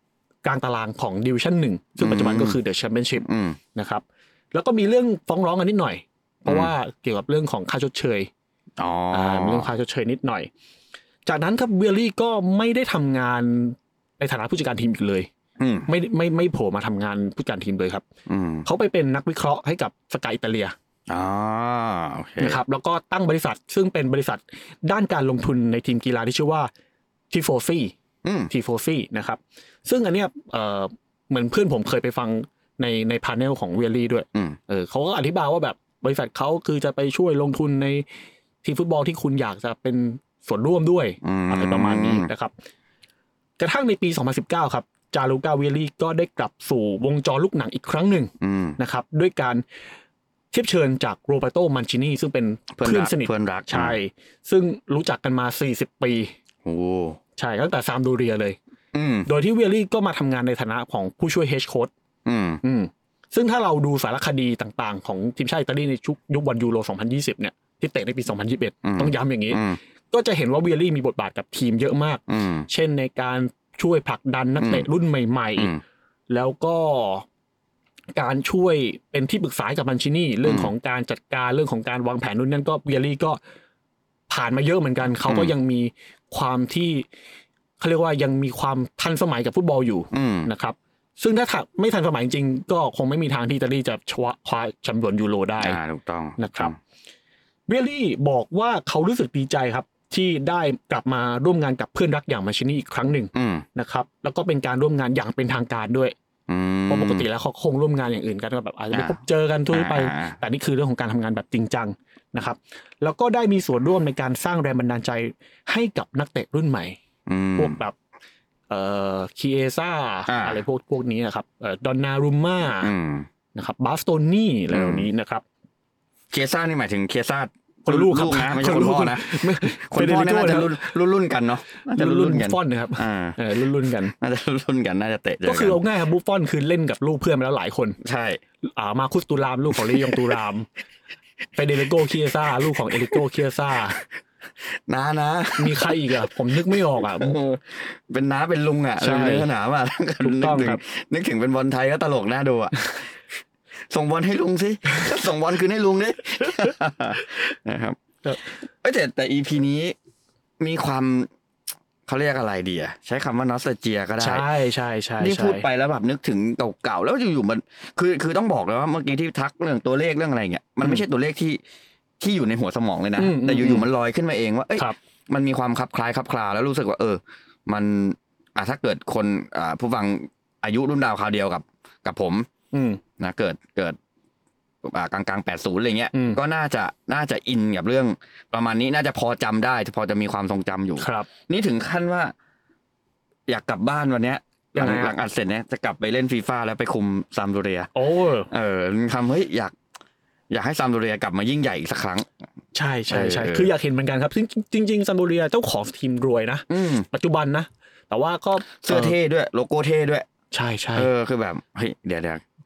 กลางตารางของดิวิชั่น1ซึ่งปัจจุบันก็คือเดอะแชมเปี้ยนชิพนะครับแล้วก็มีเรื่องฟ้องร้องกันนิดหน่อยเพราะว่าเกี่ยวกับเรื่องของค่าชดเชยเรื่องค่าชดเชยนิดหน่อยจากนั้นครับเวียรี่ก็ไม่ได้ทำงานในฐานะผู้จัดการทีมอีกเลยไม่โผล่มาทำงานผู้จัดการทีมเลยครับเขาไปเป็นนักวิเคราะห์ให้กับสกายอิตาเลียโอเคนะครับแล้วก็ตั้งบริษัทซึ่งเป็นบริษัทด้านการลงทุนในทีมกีฬาที่ชื่อว่าทีโฟซี่นะครับซึ่งอันเนี้ยเหมือนเพื่อนผมเคยไปฟังในพาเนลของเวียรี่ด้วยเขาก็อธิบายว่าแบบบริษัทเขาคือจะไปช่วยลงทุนในทีมฟุตบอลที่คุณอยากจะเป็นส่วนร่วมด้วยอะไรประมาณนี้นะครับกระทั่งในปี 2019 ครับจาลูก้าเวียรี่ก็ได้กลับสู่วงจรลูกหนังอีกครั้งหนึ่งนะครับด้วยการเทียบเชิญจากโรเบโตมันชินีซึ่งเป็นเพื่อนสนิทเพื่อนรักใช่ซึ่งรู้จักกันมา40ปีโอ้ใช่ตั้งแต่ซามโดเรียเลยโดยที่เวียรี่ก็มาทำงานในฐานะของผู้ช่วยเฮดโค้ชซึ่งถ้าเราดูสารคดีต่างๆของทีมชาติอิตาลีในยุคบอลยูโร 2020 เนี่ยที่เตะในปี 2021 ต้องย้ำอย่างนี้ก็จะเห็นว่าเวียรี่มีบทบาทกับทีมเยอะมากเช่นในการช่วยผลักดันนักเตะรุ่นใหม่ๆแล้วก็การช่วยเป็นที่ปรึกษากับมันชินี่เรื่องของการจัดการเรื่องของการวางแผนนู่นนั่นก็เวียรี่ก็ผ่านมาเยอะเหมือนกันเขาก็ยังมีความที่เขาเรียกว่ายังมีความทันสมัยกับฟุตบอลอยู่นะครับซึ่งถ้าไม่ทันสมัยจริงก็คงไม่มีทางที่อิตาลีจะคว้าแชมป์ยูโรได้ถูกต้องนะครับเวียรี่บอกว่าเขารู้สึกดีใจครับที่ได้กลับมาร่วมงานกับเพื่อนรักอย่างมาชินี่อีกครั้งหนึ่งนะครับแล้วก็เป็นการร่วมงานอย่างเป็นทางการด้วยเพราะปกติแล้วเขาคงร่วมงานอย่างอื่นกันแบบอาจจะไปพบเจอกันทั่วไปแต่นี่คือเรื่องของการทำงานแบบจริงจังนะครับแล้วก็ได้มีส่วนร่วมในการสร้างแรงบันดาลใจให้กับนักเตะรุ่นใหม่พวกแบบคีเอซ่าอะไรพวกนี้นะครับดอนนารุมม่านะครับบาสโตนี่อะไรเหล่านี้นะครับคีเอซ่านี่หมายถึงคีเอซ่าคนลูกครับนะไม่ใช่คนพ่อนะคนพ่อน่าจะรุ่นกันเนาะน่าจะรุ่นกันฟอนนะครับรุ่นกันน่าจะรุ่นกันน่าจะเตะก็คือเอาง่ายครับบุฟฟอนคือเล่นกับลูกเพื่อนมาแล้วหลายคนใช่มาคุสตูรามลูกของลียงตูรามเฟเดริโกคีเอซ่าลูกของเอริโกคีเอซ่านะมีใครอีกอ่ะผมนึกไม่ออกอ่ะเป็นน้าเป็นลุงอ่ะในสนามอ่ะนึกถึงเป็นบอลไทยก็ตลกน่าดูอ่ะส่งบอลให้ลุงสิส่งบอลคืนให้ลุงดินะครับแต่ EP นี้มีความเขาเรียกอะไรดีอ่ะใช้คำว่านอสตาเจียก็ได้ใช่นี่พูดไปแล้วแบบนึกถึงเก่าๆแล้วอยู่ๆมันคือต้องบอกเลยว่าเมื่อกี้ที่ทักเรื่องตัวเลขเรื่องอะไรเงี้ยมันไม่ใช่ตัวเลขที่อยู่ในหัวสมองเลยนะแต่อยู่ๆมันลอยขึ้นมาเองว่ามันมีความคลับคลาแล้วรู้สึกว่ามันถ้าเกิดคนผู้ฟังอายุรุ่นดาวคราวเดียวกับผมนะเกิดกลาง80อะไรเงี้ยก็น่าจะอินกับเรื่องประมาณนี้น่าจะพอจำได้พอจะมีความทรงจำอยู่นี่ถึงขั้นว่าอยากกลับบ้านวันเนี้ยหลังอัดเสร็จเนี่ยจะกลับไปเล่นฟีฟ่าแล้วไปคุมซามโดเรียทำเฮ้ยอยากให้ซามโดเรียกลับมายิ่งใหญ่อีกสักครั้งใช่คืออยากเห็นเหมือนกันครับจริงซามโดเรียเจ้าของทีมรวยนะปัจจุบันนะแต่ว่าก็เสื้อเท่ด้วยโลโก้เท่ด้วยใช่คือแบบเฮ้ยเดี๋ยว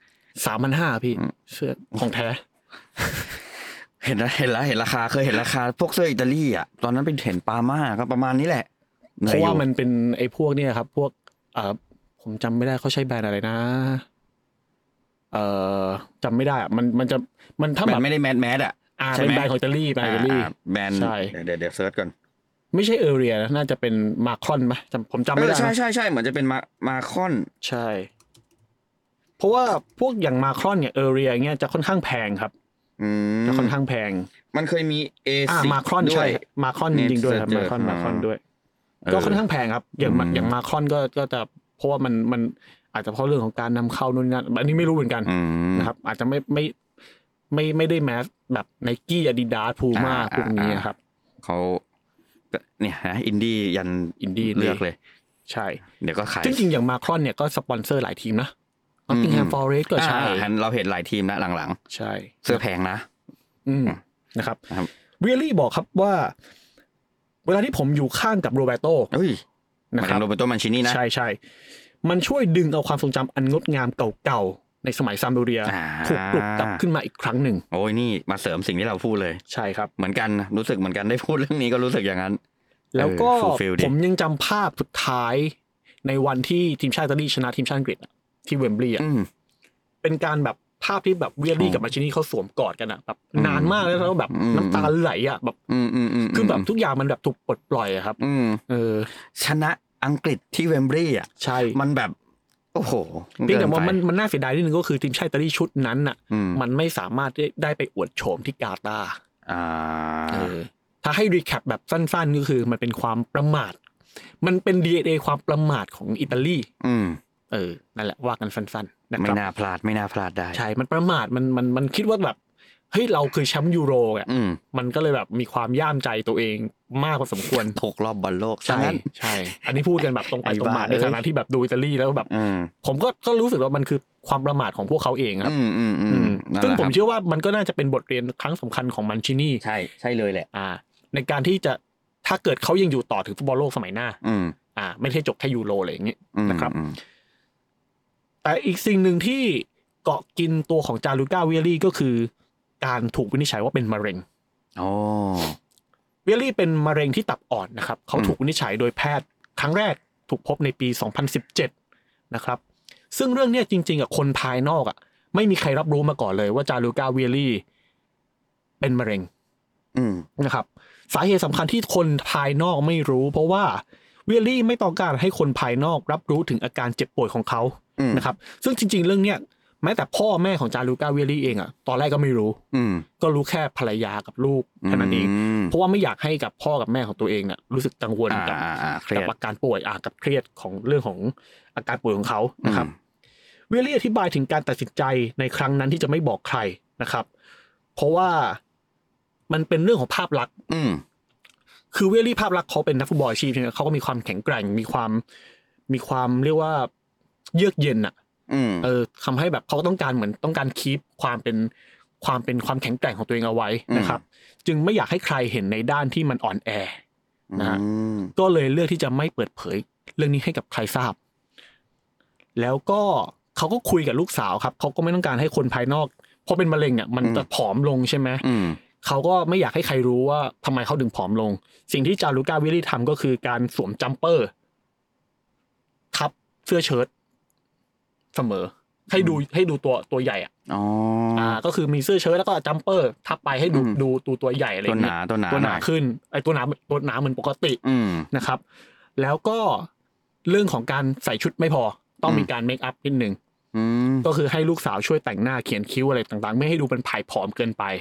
3,500พี่เสื้อของแท้เห็นราคาเคยเห็นราคาพวกเสื้ออิตาลีอ่ะตอนนั้นเป็นเห็นปาม่าก็ประมาณนี้แหละเพราะว่ามันเป็นไอ้พวกเนี่ยครับพวกผมจำไม่ได้เขาใช้แบรนด์อะไรนะจำไม่ได้อะมันถ้าแบบไม่ได้แมสอ่ะเป็นแบรนด์ของอิตาลีแบรนด์ใช่เดี๋ยวเซิร์ชก่อนไม่ใช่เอเรียน่าจะเป็นมาคอนไหมผมจำไม่ได้ใช่เหมือนจะเป็นมาคอนใช่เพราะว่าพวกอย่างมาครอนเนี่ยเอเรียเงี้ยจะค่อนข้างแพงครับจะค่อนข้างแพงมันเคยมีมาครอนใช่มาครอนจริงๆด้วยครับมาครอนด้วยก็ค่อนข้างแพงครับอย่างมาครอนก็จะเพราะว่ามันอาจจะเพราะเรื่องของการนำเข้านู่นนั่นอันนี้ไม่รู้เหมือนกันนะครับอาจจะไม่ได้แมสแบบ Nike Adidas Puma พวกนี้ครับเขาเนี่ยฮะอินดี้ยันอินดี้เลือกเลยใช่เดี๋ยวก็ขายจริงๆอย่างมาครอนเนี่ยก็สปอนเซอร์หลายทีมนะNottingham Forest ก็ใช่เราเห็นหลายทีมนะหลังๆใช่เสื้อแพงนะนะครับเวียรี่บอกครับว่าเวลาที่ผมอยู่ข้างกับโรเบโตนะครับโรเบโตมันชินี่นะใช่มันช่วยดึงเอาความทรงจำอันงดงามเก่าๆในสมัยซามโดเรียถูกปลุกกลับขึ้นมาอีกครั้งหนึ่งโอ้ยนี่มาเสริมสิ่งที่เราพูดเลยใช่ครับเหมือนกันรู้สึกเหมือนกันได้พูดเรื่องนี้ก็รู้สึกอย่างนั้นแล้วก็ผมยังจำภาพสุดท้ายในวันที่ทีมชาติอิตาลีชนะทีมชาติอังกฤษที่เวมบลีย์เป็นการแบบภาพที่แบบเวียรี่กับมาชินี่เขาสวมกอดกันอ่ะแบบนานมากแล้วแบบน้ำตาไหลอ่ะแบบคือแบบทุกอย่างมันแบบถูกปลดปล่อยอะครับชนะอังกฤษที่เวมบลีย์อ่ะใช่มันแบบโอ้โหเพียงแต่ว่ามันน่าเสียดายนิดนึงก็คือทีมชาติอิตาลีชุดนั้นอ่ะมันไม่สามารถได้ไปอวดโฉมที่กาตาร์ถ้าให้รีแคปแบบสั้นๆก็คือมันเป็นความประมาทมันเป็น DNA ความประมาทของอิตาลีนั่นแหละว่ากันสั้นๆนะครับไม่น่าพลาดได้ใช่มันประมาทมันคิดว่าแบบเฮ้ยเราคือแชมป์ยูโรอ่ะมันก็เลยแบบมีความย่ามใจตัวเองมากพอสมควรตกรอบบอลโลกใช่อันนี้พูดกันแบบตรงไปตรงมาในฐานะที่แบบดูอิตาลีแล้วแบบผมก็รู้สึกว่ามันคือความประมาทของพวกเขาเองครับซึ่งผมเชื่อว่ามันก็น่าจะเป็นบทเรียนครั้งสำคัญของมันชินี่ใช่เลยแหละในการที่จะถ้าเกิดเขายังอยู่ต่อถึงฟุตบอลโลกสมัยหน้าไม่ใช่จบแค่ยูโรอะไรอย่างนี้นะครับแต่อีกสิ่งหนึ่งที่เกาะกินตัวของจาลูก้าเวียรี่ก็คือการถูกวินิจฉัยว่าเป็นมะเร็งเวียรี่เป็นมะเร็งที่ตับอ่อนนะครับเขาถูกวินิจฉัยโดยแพทย์ครั้งแรกถูกพบในปี 2017 นะครับซึ่งเรื่องนี้จริงๆคนภายนอกไม่มีใครรับรู้มาก่อนเลยว่าจาลูก้าเวียรี่เป็นมะเร็งนะครับสาเหตุสำคัญที่คนภายนอกไม่รู้เพราะว่าเวียรี่ไม่ต้องการให้คนภายนอกรับรู้ถึงอาการเจ็บป่วยของเขานะครับซึ่งจริงๆเรื่องเนี้ยแม้แต่พ่อแม่ของจาลูก้าเวียรี่เองตอนแรกก็ไม่รู้ก็รู้แค่ภรรยากับลูกแค่นั้นเองเพราะว่าไม่อยากให้กับพ่อกับแม่ของตัวเองรู้สึกกังวลกับอาการป่วยกับเครียดของเรื่องของอาการป่วยของเขานะครับเวียรี่อธิบายถึงการตัดสินใจในครั้งนั้นที่จะไม่บอกใครนะครับเพราะว่ามันเป็นเรื่องของภาพลักษณ์คือเวียรี่ภาพลักษณ์เขาเป็นนักฟุตบอลอาชีพใช่ไหมเขาก็มีความแข็งแกร่งมีความเรียกว่าเยือกเย็นทำให้แบบเขาต้องการคีปความแข็งแกร่งของตัวเองเอาไว้นะครับจึงไม่อยากให้ใครเห็นในด้านที่มันอ่อนแอนะฮะก็เลยเลือกที่จะไม่เปิดเผยเรื่องนี้ให้กับใครทราบแล้วก็เขาก็คุยกับลูกสาวครับเขาก็ไม่ต้องการให้คนภายนอกเพราะเป็นมะเร็งเนี่ยมันจะผอมลงใช่ไหมเขาก็ไม่อยากให้ใครรู้ว่าทำไมเขาถึงผอมลงสิ่งที่จาลูก้าเวียรี่ทำก็คือการสวมจัมเปอร์ทับเสื้อเชิ้ตเสมอให้ดูตัวใหญ่ก็คือมีเสื้อเชิ้ตแล้วก็จัมเปอร์ทับไปให้ดูตัวใหญ่อะไรอย่างเงี้ยตัวหนาขึ้นไอ้ตัวหนาเหมือนปกตินะครับแล้วก็เรื่องของการใส่ชุดไม่พอต้องมีการเมคอัพนิดนึงก็คือให้ลูกสาวช่วยแต่งหน้าเขียนคิ้วอะไรต่างๆไม่ให้ดูเป็นผายผอมเกินไป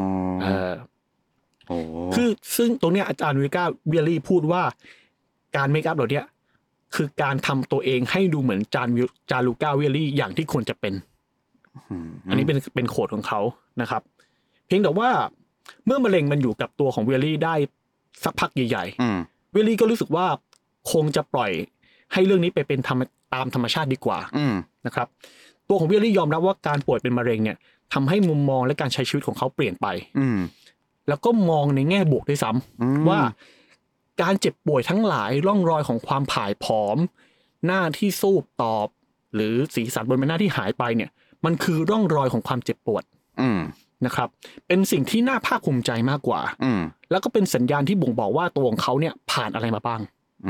คือซึ่งตรงเนี้ยอาจารย์วิก้าเวียรี่พูดว่าการเมคอัพเหล่านี้คือการทำตัวเองให้ดูเหมือนจาลูก้าเวียรี่อย่างที่ควรจะเป็นอันนี้เป็นโค้ดของเขานะครับเพียงแต่ว่าเมื่อมะเร็งมันอยู่กับตัวของเวียรี่ได้สักพักใหญ่ๆเวียรี่ก็รู้สึกว่าคงจะปล่อยให้เรื่องนี้ไปเป็นตามธรรมชาติดีกว่านะครับตัวของเวียรี่ยอมรับว่าการป่วยเป็นมะเร็งเนี่ยทำให้มุมมองและการใช้ชีวิตของเขาเปลี่ยนไปแล้วก็มองในแง่บวกด้วยซ้ำว่าการเจ็บป่วยทั้งหลายร่องรอยของความผายผอมหน้าที่ซูบตอบหรือสีสันบนใบหน้าที่หายไปเนี่ยมันคือร่องรอยของความเจ็บปวดนะครับเป็นสิ่งที่น่าภาคภูมิใจมากกว่าแล้วก็เป็นสัญญาณที่บ่งบอกว่าตัวของเขาเนี่ยผ่านอะไรมาบ้าง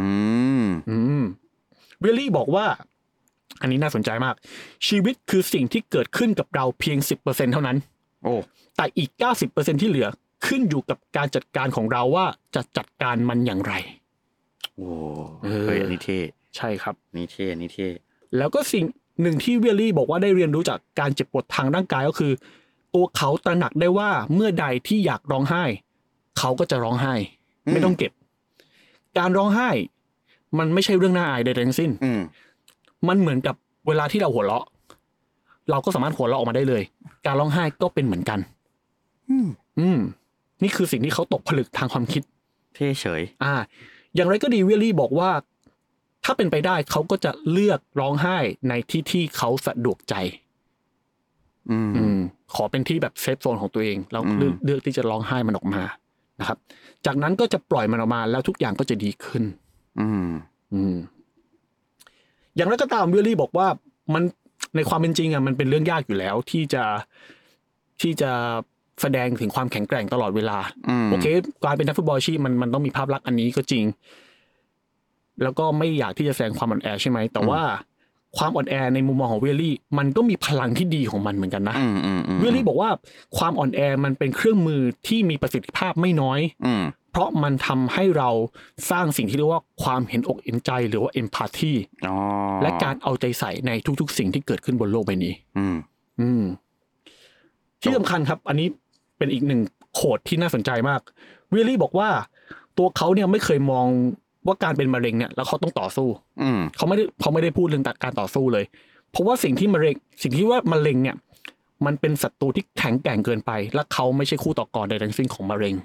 เวลลี่บอกว่าอันนี้น่าสนใจมากชีวิตคือสิ่งที่เกิดขึ้นกับเราเพียง 10% เท่านั้นแต่อีก 90% ที่เหลือขึ้นอยู่กับการจัดการของเราว่าจะจัดการมันอย่างไรอันนี้เท่ใช่ครับนี่เท่แล้วก็สิ่งหนึ่งที่เวลลี่บอกว่าได้เรียนรู้จากการเจ็บปวดทางร่างกายก็คือตัวเขาตระหนักได้ว่าเมื่อใดที่อยากร้องไห้เขาก็จะร้องไห้ไม่ต้องเก็บการร้องไห้มันไม่ใช่เรื่องน่าอายใดๆทั้งสิ้นมันเหมือนกับเวลาที่เราหัวเราะเราก็สามารถหัวเราะออกมาได้เลยการร้องไห้ก็เป็นเหมือนกันนี่คือสิ่งที่เขาตกผลึกทางความคิดเท่เฉยอย่างไรก็ดีเวลลี่บอกว่าถ้าเป็นไปได้เขาก็จะเลือกร้องไห้ในที่เขาสะดวกใจขอเป็นที่แบบเซฟโซนของตัวเองแล้วเลือกที่จะร้องไห้มันออกมานะครับจากนั้นก็จะปล่อยมันออกมาแล้วทุกอย่างก็จะดีขึ้นอย่างไรก็ตามวิลลี่บอกว่ามันในความเป็นจริงมันเป็นเรื่องยากอยู่แล้วที่จะแสดงถึงความแข็งแกร่งตลอดเวลาโอเคการเป็นนักฟุตบอลอาชีพมันต้องมีภาพลักษณ์อันนี้ก็จริงแล้วก็ไม่อยากที่จะแสดงความอ่อนแอใช่ไหมแต่ว่าความอ่อนแอในมุมมองของวิลลี่มันก็มีพลังที่ดีของมันเหมือนกันนะวิลลี่บอกว่าความอ่อนแอมันเป็นเครื่องมือที่มีประสิทธิภาพไม่น้อยเพราะมันทำให้เราสร้างสิ่งที่เรียกว่าความเห็นอกเห็นใจหรือว่า empathy และการเอาใจใส่ในทุกๆสิ่งที่เกิดขึ้นบนโลกใบนี้ที่สำคัญครับอันนี้เป็นอีกหนึ่งโคดที่น่าสนใจมากวิลลี่บอกว่าตัวเขาเนี่ยไม่เคยมองว่าการเป็นมะเร็งเนี่ยแล้วเขาต้องต่อสู้เขาไม่ได้พูดเรื่องการต่อสู้เลยเพราะว่าสิ่งที่ว่ามะเร็งเนี่ยมันเป็นศัตรูที่แข็งแกร่งเกินไปและเขาไม่ใช่คู่ต่อกรใดทั้งสิ้นของมะเร็ง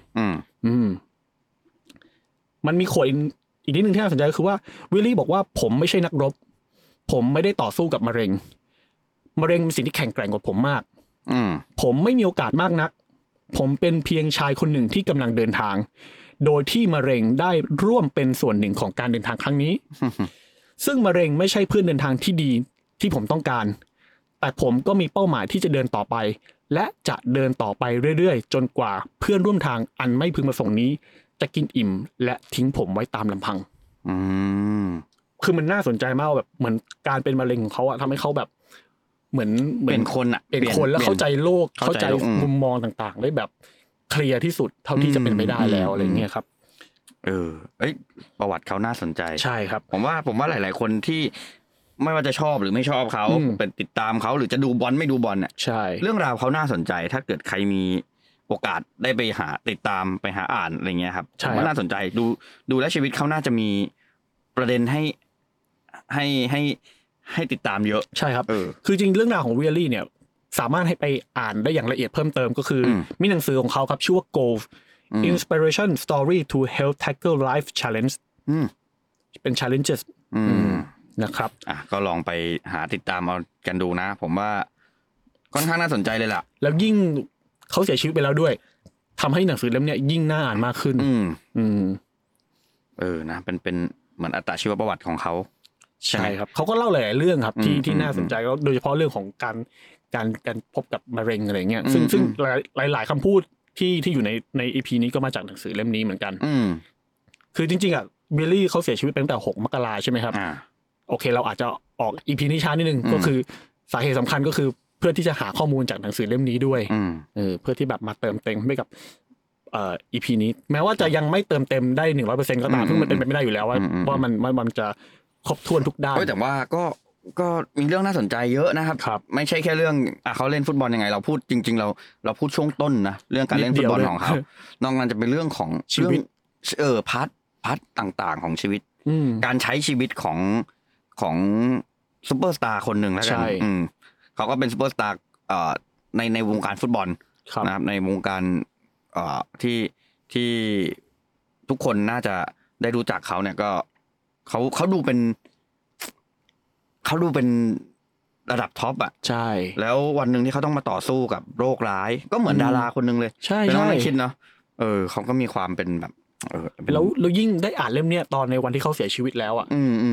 มันมีโคดอีกนิดนึงที่น่าสนใจก็คือว่าวิลลี่บอกว่าผมไม่ใช่นักรบผมไม่ได้ต่อสู้กับมะเร็งเป็นสิ่งที่แข็งแกร่งกว่าผมมากผมไม่มีโอกาสมากนักผมเป็นเพียงชายคนหนึ่งที่กำลังเดินทางโดยที่มะเร็งได้ร่วมเป็นส่วนหนึ่งของการเดินทางครั้งนี้ ซึ่งมะเร็งไม่ใช่เพื่อนเดินทางที่ดีที่ผมต้องการแต่ผมก็มีเป้าหมายที่จะเดินต่อไปและจะเดินต่อไปเรื่อยๆจนกว่าเพื่อนร่วมทางอันไม่พึงประสงค์นี้จะกินอิ่มและทิ้งผมไว้ตามลำพังคือมันน่าสนใจมากแบบเหมือนการเป็นมะเร็งของเขาอะทำให้เขาแบบเหมือนเป็นคนอะเป็นคนแล้วเข้าใจโลกเข้าใจมุมมองต่างๆได้แบบเคลียร์ที่สุดเท่าที่จะเป็นไปได้แล้วอะไรเงี้ยครับประวัติเขาน่าสนใจใช่ครับผมว่าหลายๆคนที่ไม่ว่าจะชอบหรือไม่ชอบเขาเป็นติดตามเขาหรือจะดูบอลไม่ดูบอลเนี่ยใช่เรื่องราวเขาน่าสนใจถ้าเกิดใครมีโอกาสได้ไปหาติดตามไปหาอ่านอะไรเงี้ยครับผมว่าน่าสนใจดูแลชีวิตเขาน่าจะมีประเด็นให้ติดตามเยอะใช่ครับคือจริงเรื่องราวของวิลลี่เนี่ยสามารถให้ไปอ่านได้อย่างละเอียดเพิ่มเติมก็คือมีหนังสือของเขาครับชื่อว่า Goal Inspiration Story to Help Tackle Life Challenge เป็น challenges นะครับก็ลองไปหาติดตามเอากันดูนะผมว่าค่อนข้างน่าสนใจเลยล่ะแล้วยิ่งเขาเสียชีวิตไปแล้วด้วยทำให้หนังสือเล่มนี้ยิ่งน่าอ่านมากขึ้นนะเป็นเหมือนอัตชีวประวัติของเขาใช่ครับเขาก็เล่าหลายๆเรื่องครับที่น่าสนใจก็โดยเฉพาะเรื่องของการพบกับมะเร็งอะไรเงี้ยซึ่งหลายคำพูดที่อยู่ใน EP นี้ก็มาจากหนังสือเล่มนี้เหมือนกันคือจริงๆอ่ะบิลลี่เขาเสียชีวิตตั้งแต่6 มกราใช่ไหมครับโอเคเราอาจจะออก EP นี้ช้านิดนึงก็คือสาเหตุสำคัญก็คือเพื่อที่จะหาข้อมูลจากหนังสือเล่มนี้ด้วยเพื่อที่แบบมาเติมเต็มให้กับEP นี้แม้ว่าจะยังไม่เติมเต็มได้ 100% ก็ตามซึ่งมันเป็นไปไม่ได้อยู่แล้วว่ามันจะครบถ้วนทุกด้านแต่ว่าก็มีเรื่องน่าสนใจเยอะนะครับไม่ใช่แค่เรื่องเขาเล่นฟุตบอลยังไงเราพูดจริงๆเราพูดช่วงต้นนะเรื่องการเล่นฟุตบอลของเขานอกนั้นจะเป็นเรื่องของชีวิตพาร์ทต่างๆของชีวิตการใช้ชีวิตของซุปเปอร์สตาร์คนหนึ่งแล้วกันเขาก็เป็นซุปเปอร์สตาร์ในวงการฟุตบอลนะครับในวงการที่ทุกคนน่าจะได้รู้จักเขาเนี่ยก็เขาดูเป็นระดับท็อปอ่ะใช่แล้ววันหนึ่งที่เขาต้องมาต่อสู้กับโรคร้ายก็เหมือนดาราคนนึงเลยใช่เป็นต้องคิดเนาะเขาก็มีความเป็นแบบแล้วยิ่งได้อ่านเล่มเนี้ยตอนในวันที่เขาเสียชีวิตแล้วอ่ะ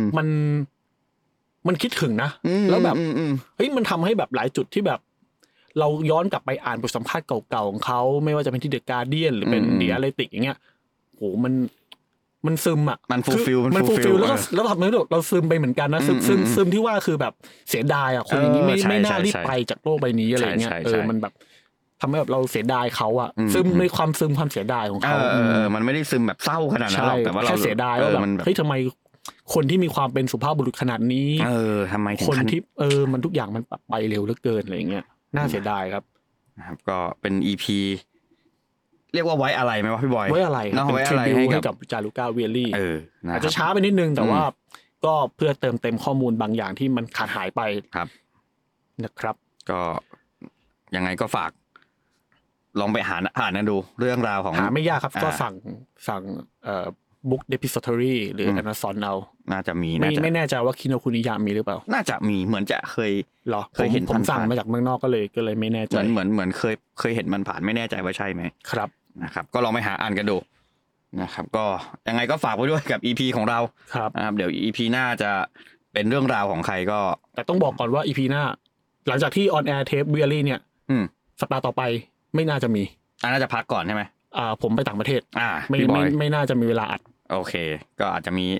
มันคิดถึงนะแล้วแบบเฮ้ยมันทำให้แบบหลายจุดที่แบบเราย้อนกลับไปอ่านบทสัมภาษณ์เก่าๆของเขาไม่ว่าจะเป็นที่ The Guardian หรือเป็น The Athletic อย่างเงี้ยโหมันซึมอ่ะมันฟูลฟิลแล้วทำให้เราซึมไปเหมือนกันนะซึมที่ว่าคือแบบเสียดายอ่ะคนอย่างนี้ไม่น่ารีบไปจากโลกใบนี้อะไรเงี้ยมันแบบทำให้แบบเราเสียดายเขาอ่ะซึมในความเสียดายของเขามันไม่ได้ซึมแบบเศร้าขนาดนั้นหรอกแต่ว่าเราแค่เสียดายว่าแบบเฮ้ยทำไมคนที่มีความเป็นสุภาพบุรุษขนาดนี้ทำไมคนที่มันทุกอย่างมันไปเร็วเหลือเกินอะไรเงี้ยน่าเสียดายครับก็เป็น EP เรียกว่าไว้อะไรไหมวะพี่บอยไว้อะไรไว้อะไรให้กับจารุก้าเวียรี่อาจจะช้าไปนิดนึงแต่ว่าก็เพื่อเติมเต็มข้อมูลบางอย่างที่มันขาดหายไปครับนะครับก็ยังไงก็ฝากลองไปหานะดูเรื่องราวของหาไม่ยากครับก็สั่งBook Depository หรือ Amazon เอาน่าจะมีไม่แน่ใจว่าคิโนคุนิยะมีหรือเปล่าน่าจะมีเหมือนจะเคยเห็นผมสั่งมาจากเมืองนอกก็เลยไม่แน่ใจเหมือนเคยเห็นมันผ่านไม่แน่ใจว่าใช่ไหมครับนะครับก็ลองไปหาอ่านกันดูนะครับก็ยังไงก็ฝากไว้ด้วยกับ EP ของเรานะครับเดี๋ยว EP หน้าจะเป็นเรื่องราวของใครก็แต่ต้องบอกก่อนว่า EP หน้าหลังจากที่ on air tape เวียรี่เนี่ยสัปดาห์ต่อไปไม่น่าจะมีน่าจะพักก่อนใช่ไหมผมไปต่างประเทศไม่น่าจะมีเวลาอัดโอเคก็อาจจะมี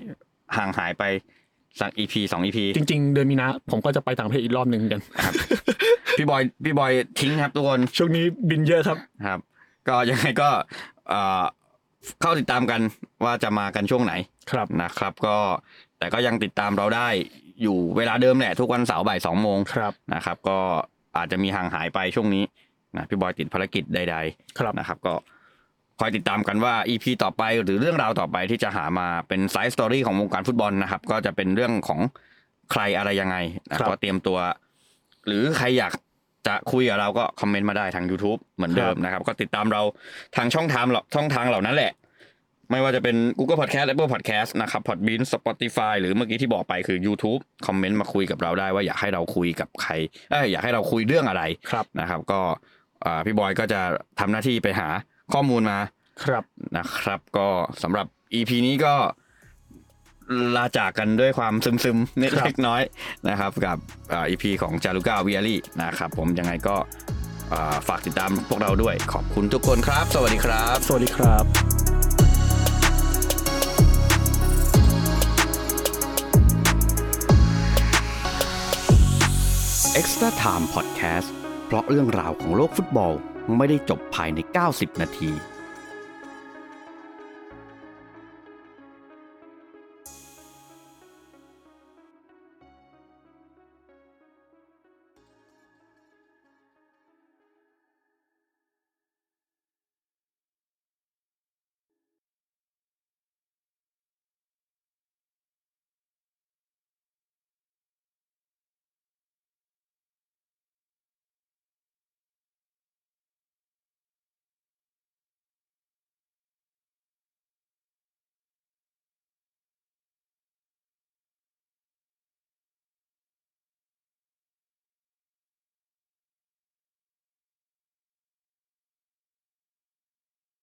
ห่างหายไปสัก EP 2 EP จริงๆเดือนมีนาผมก็จะไปต่างประเทศอีกรอบนึงกันครับ พี่บอยทิ้งครับทุกคนช่วงนี้บินเยอะครับก็ยังไงก็เข้าติดตามกันว่าจะมากันช่วงไหนนะครับก็แต่ก็ยังติดตามเราได้อยู่เวลาเดิมแหละทุกวันเสาร์บ่าย 2 โมงนะครับก็อาจจะมีห่างหายไปช่วงนี้นะพี่บอยติดภารกิจใดๆนะครับก็คอยติดตามกันว่า EP ต่อไปหรือเรื่องราวต่อไปที่จะหามาเป็นไซส์สตอรี่ของวงการฟุตบอลนะครับก็จะเป็นเรื่องของใครอะไรยังไงนะก็เตรียมตัวหรือใครอยากจะคุยกับเราก็คอมเมนต์มาได้ทาง YouTube เหมือนเดิมนะครับก็ติดตามเราทางช่องทางเหล่านั้นแหละไม่ว่าจะเป็น Google Podcast Apple Podcast นะครับ Podbean Spotify หรือเมื่อกี้ที่บอกไปคือ YouTube คอมเมนต์มาคุยกับเราได้ว่าอยากให้เราคุยกับใครอยากให้เราคุยเรื่องอะไรนะครับก็พี่บอยก็จะทำหน้าที่ไปหาข้อมูลมานะครับก็สำหรับ EP นี้ก็ลาจากกันด้วยความซึมๆเล็กน้อยนะครับกับEP ของจารุก้าวิอารีนะครับผมยังไงก็ฝากติดตามพวกเราด้วยขอบคุณทุกคนครับสวัสดีครับสวัสดีครับ Extra Time Podcast เพราะเรื่องราวของโลกฟุตบอลไม่ได้จบภายใน90 นาที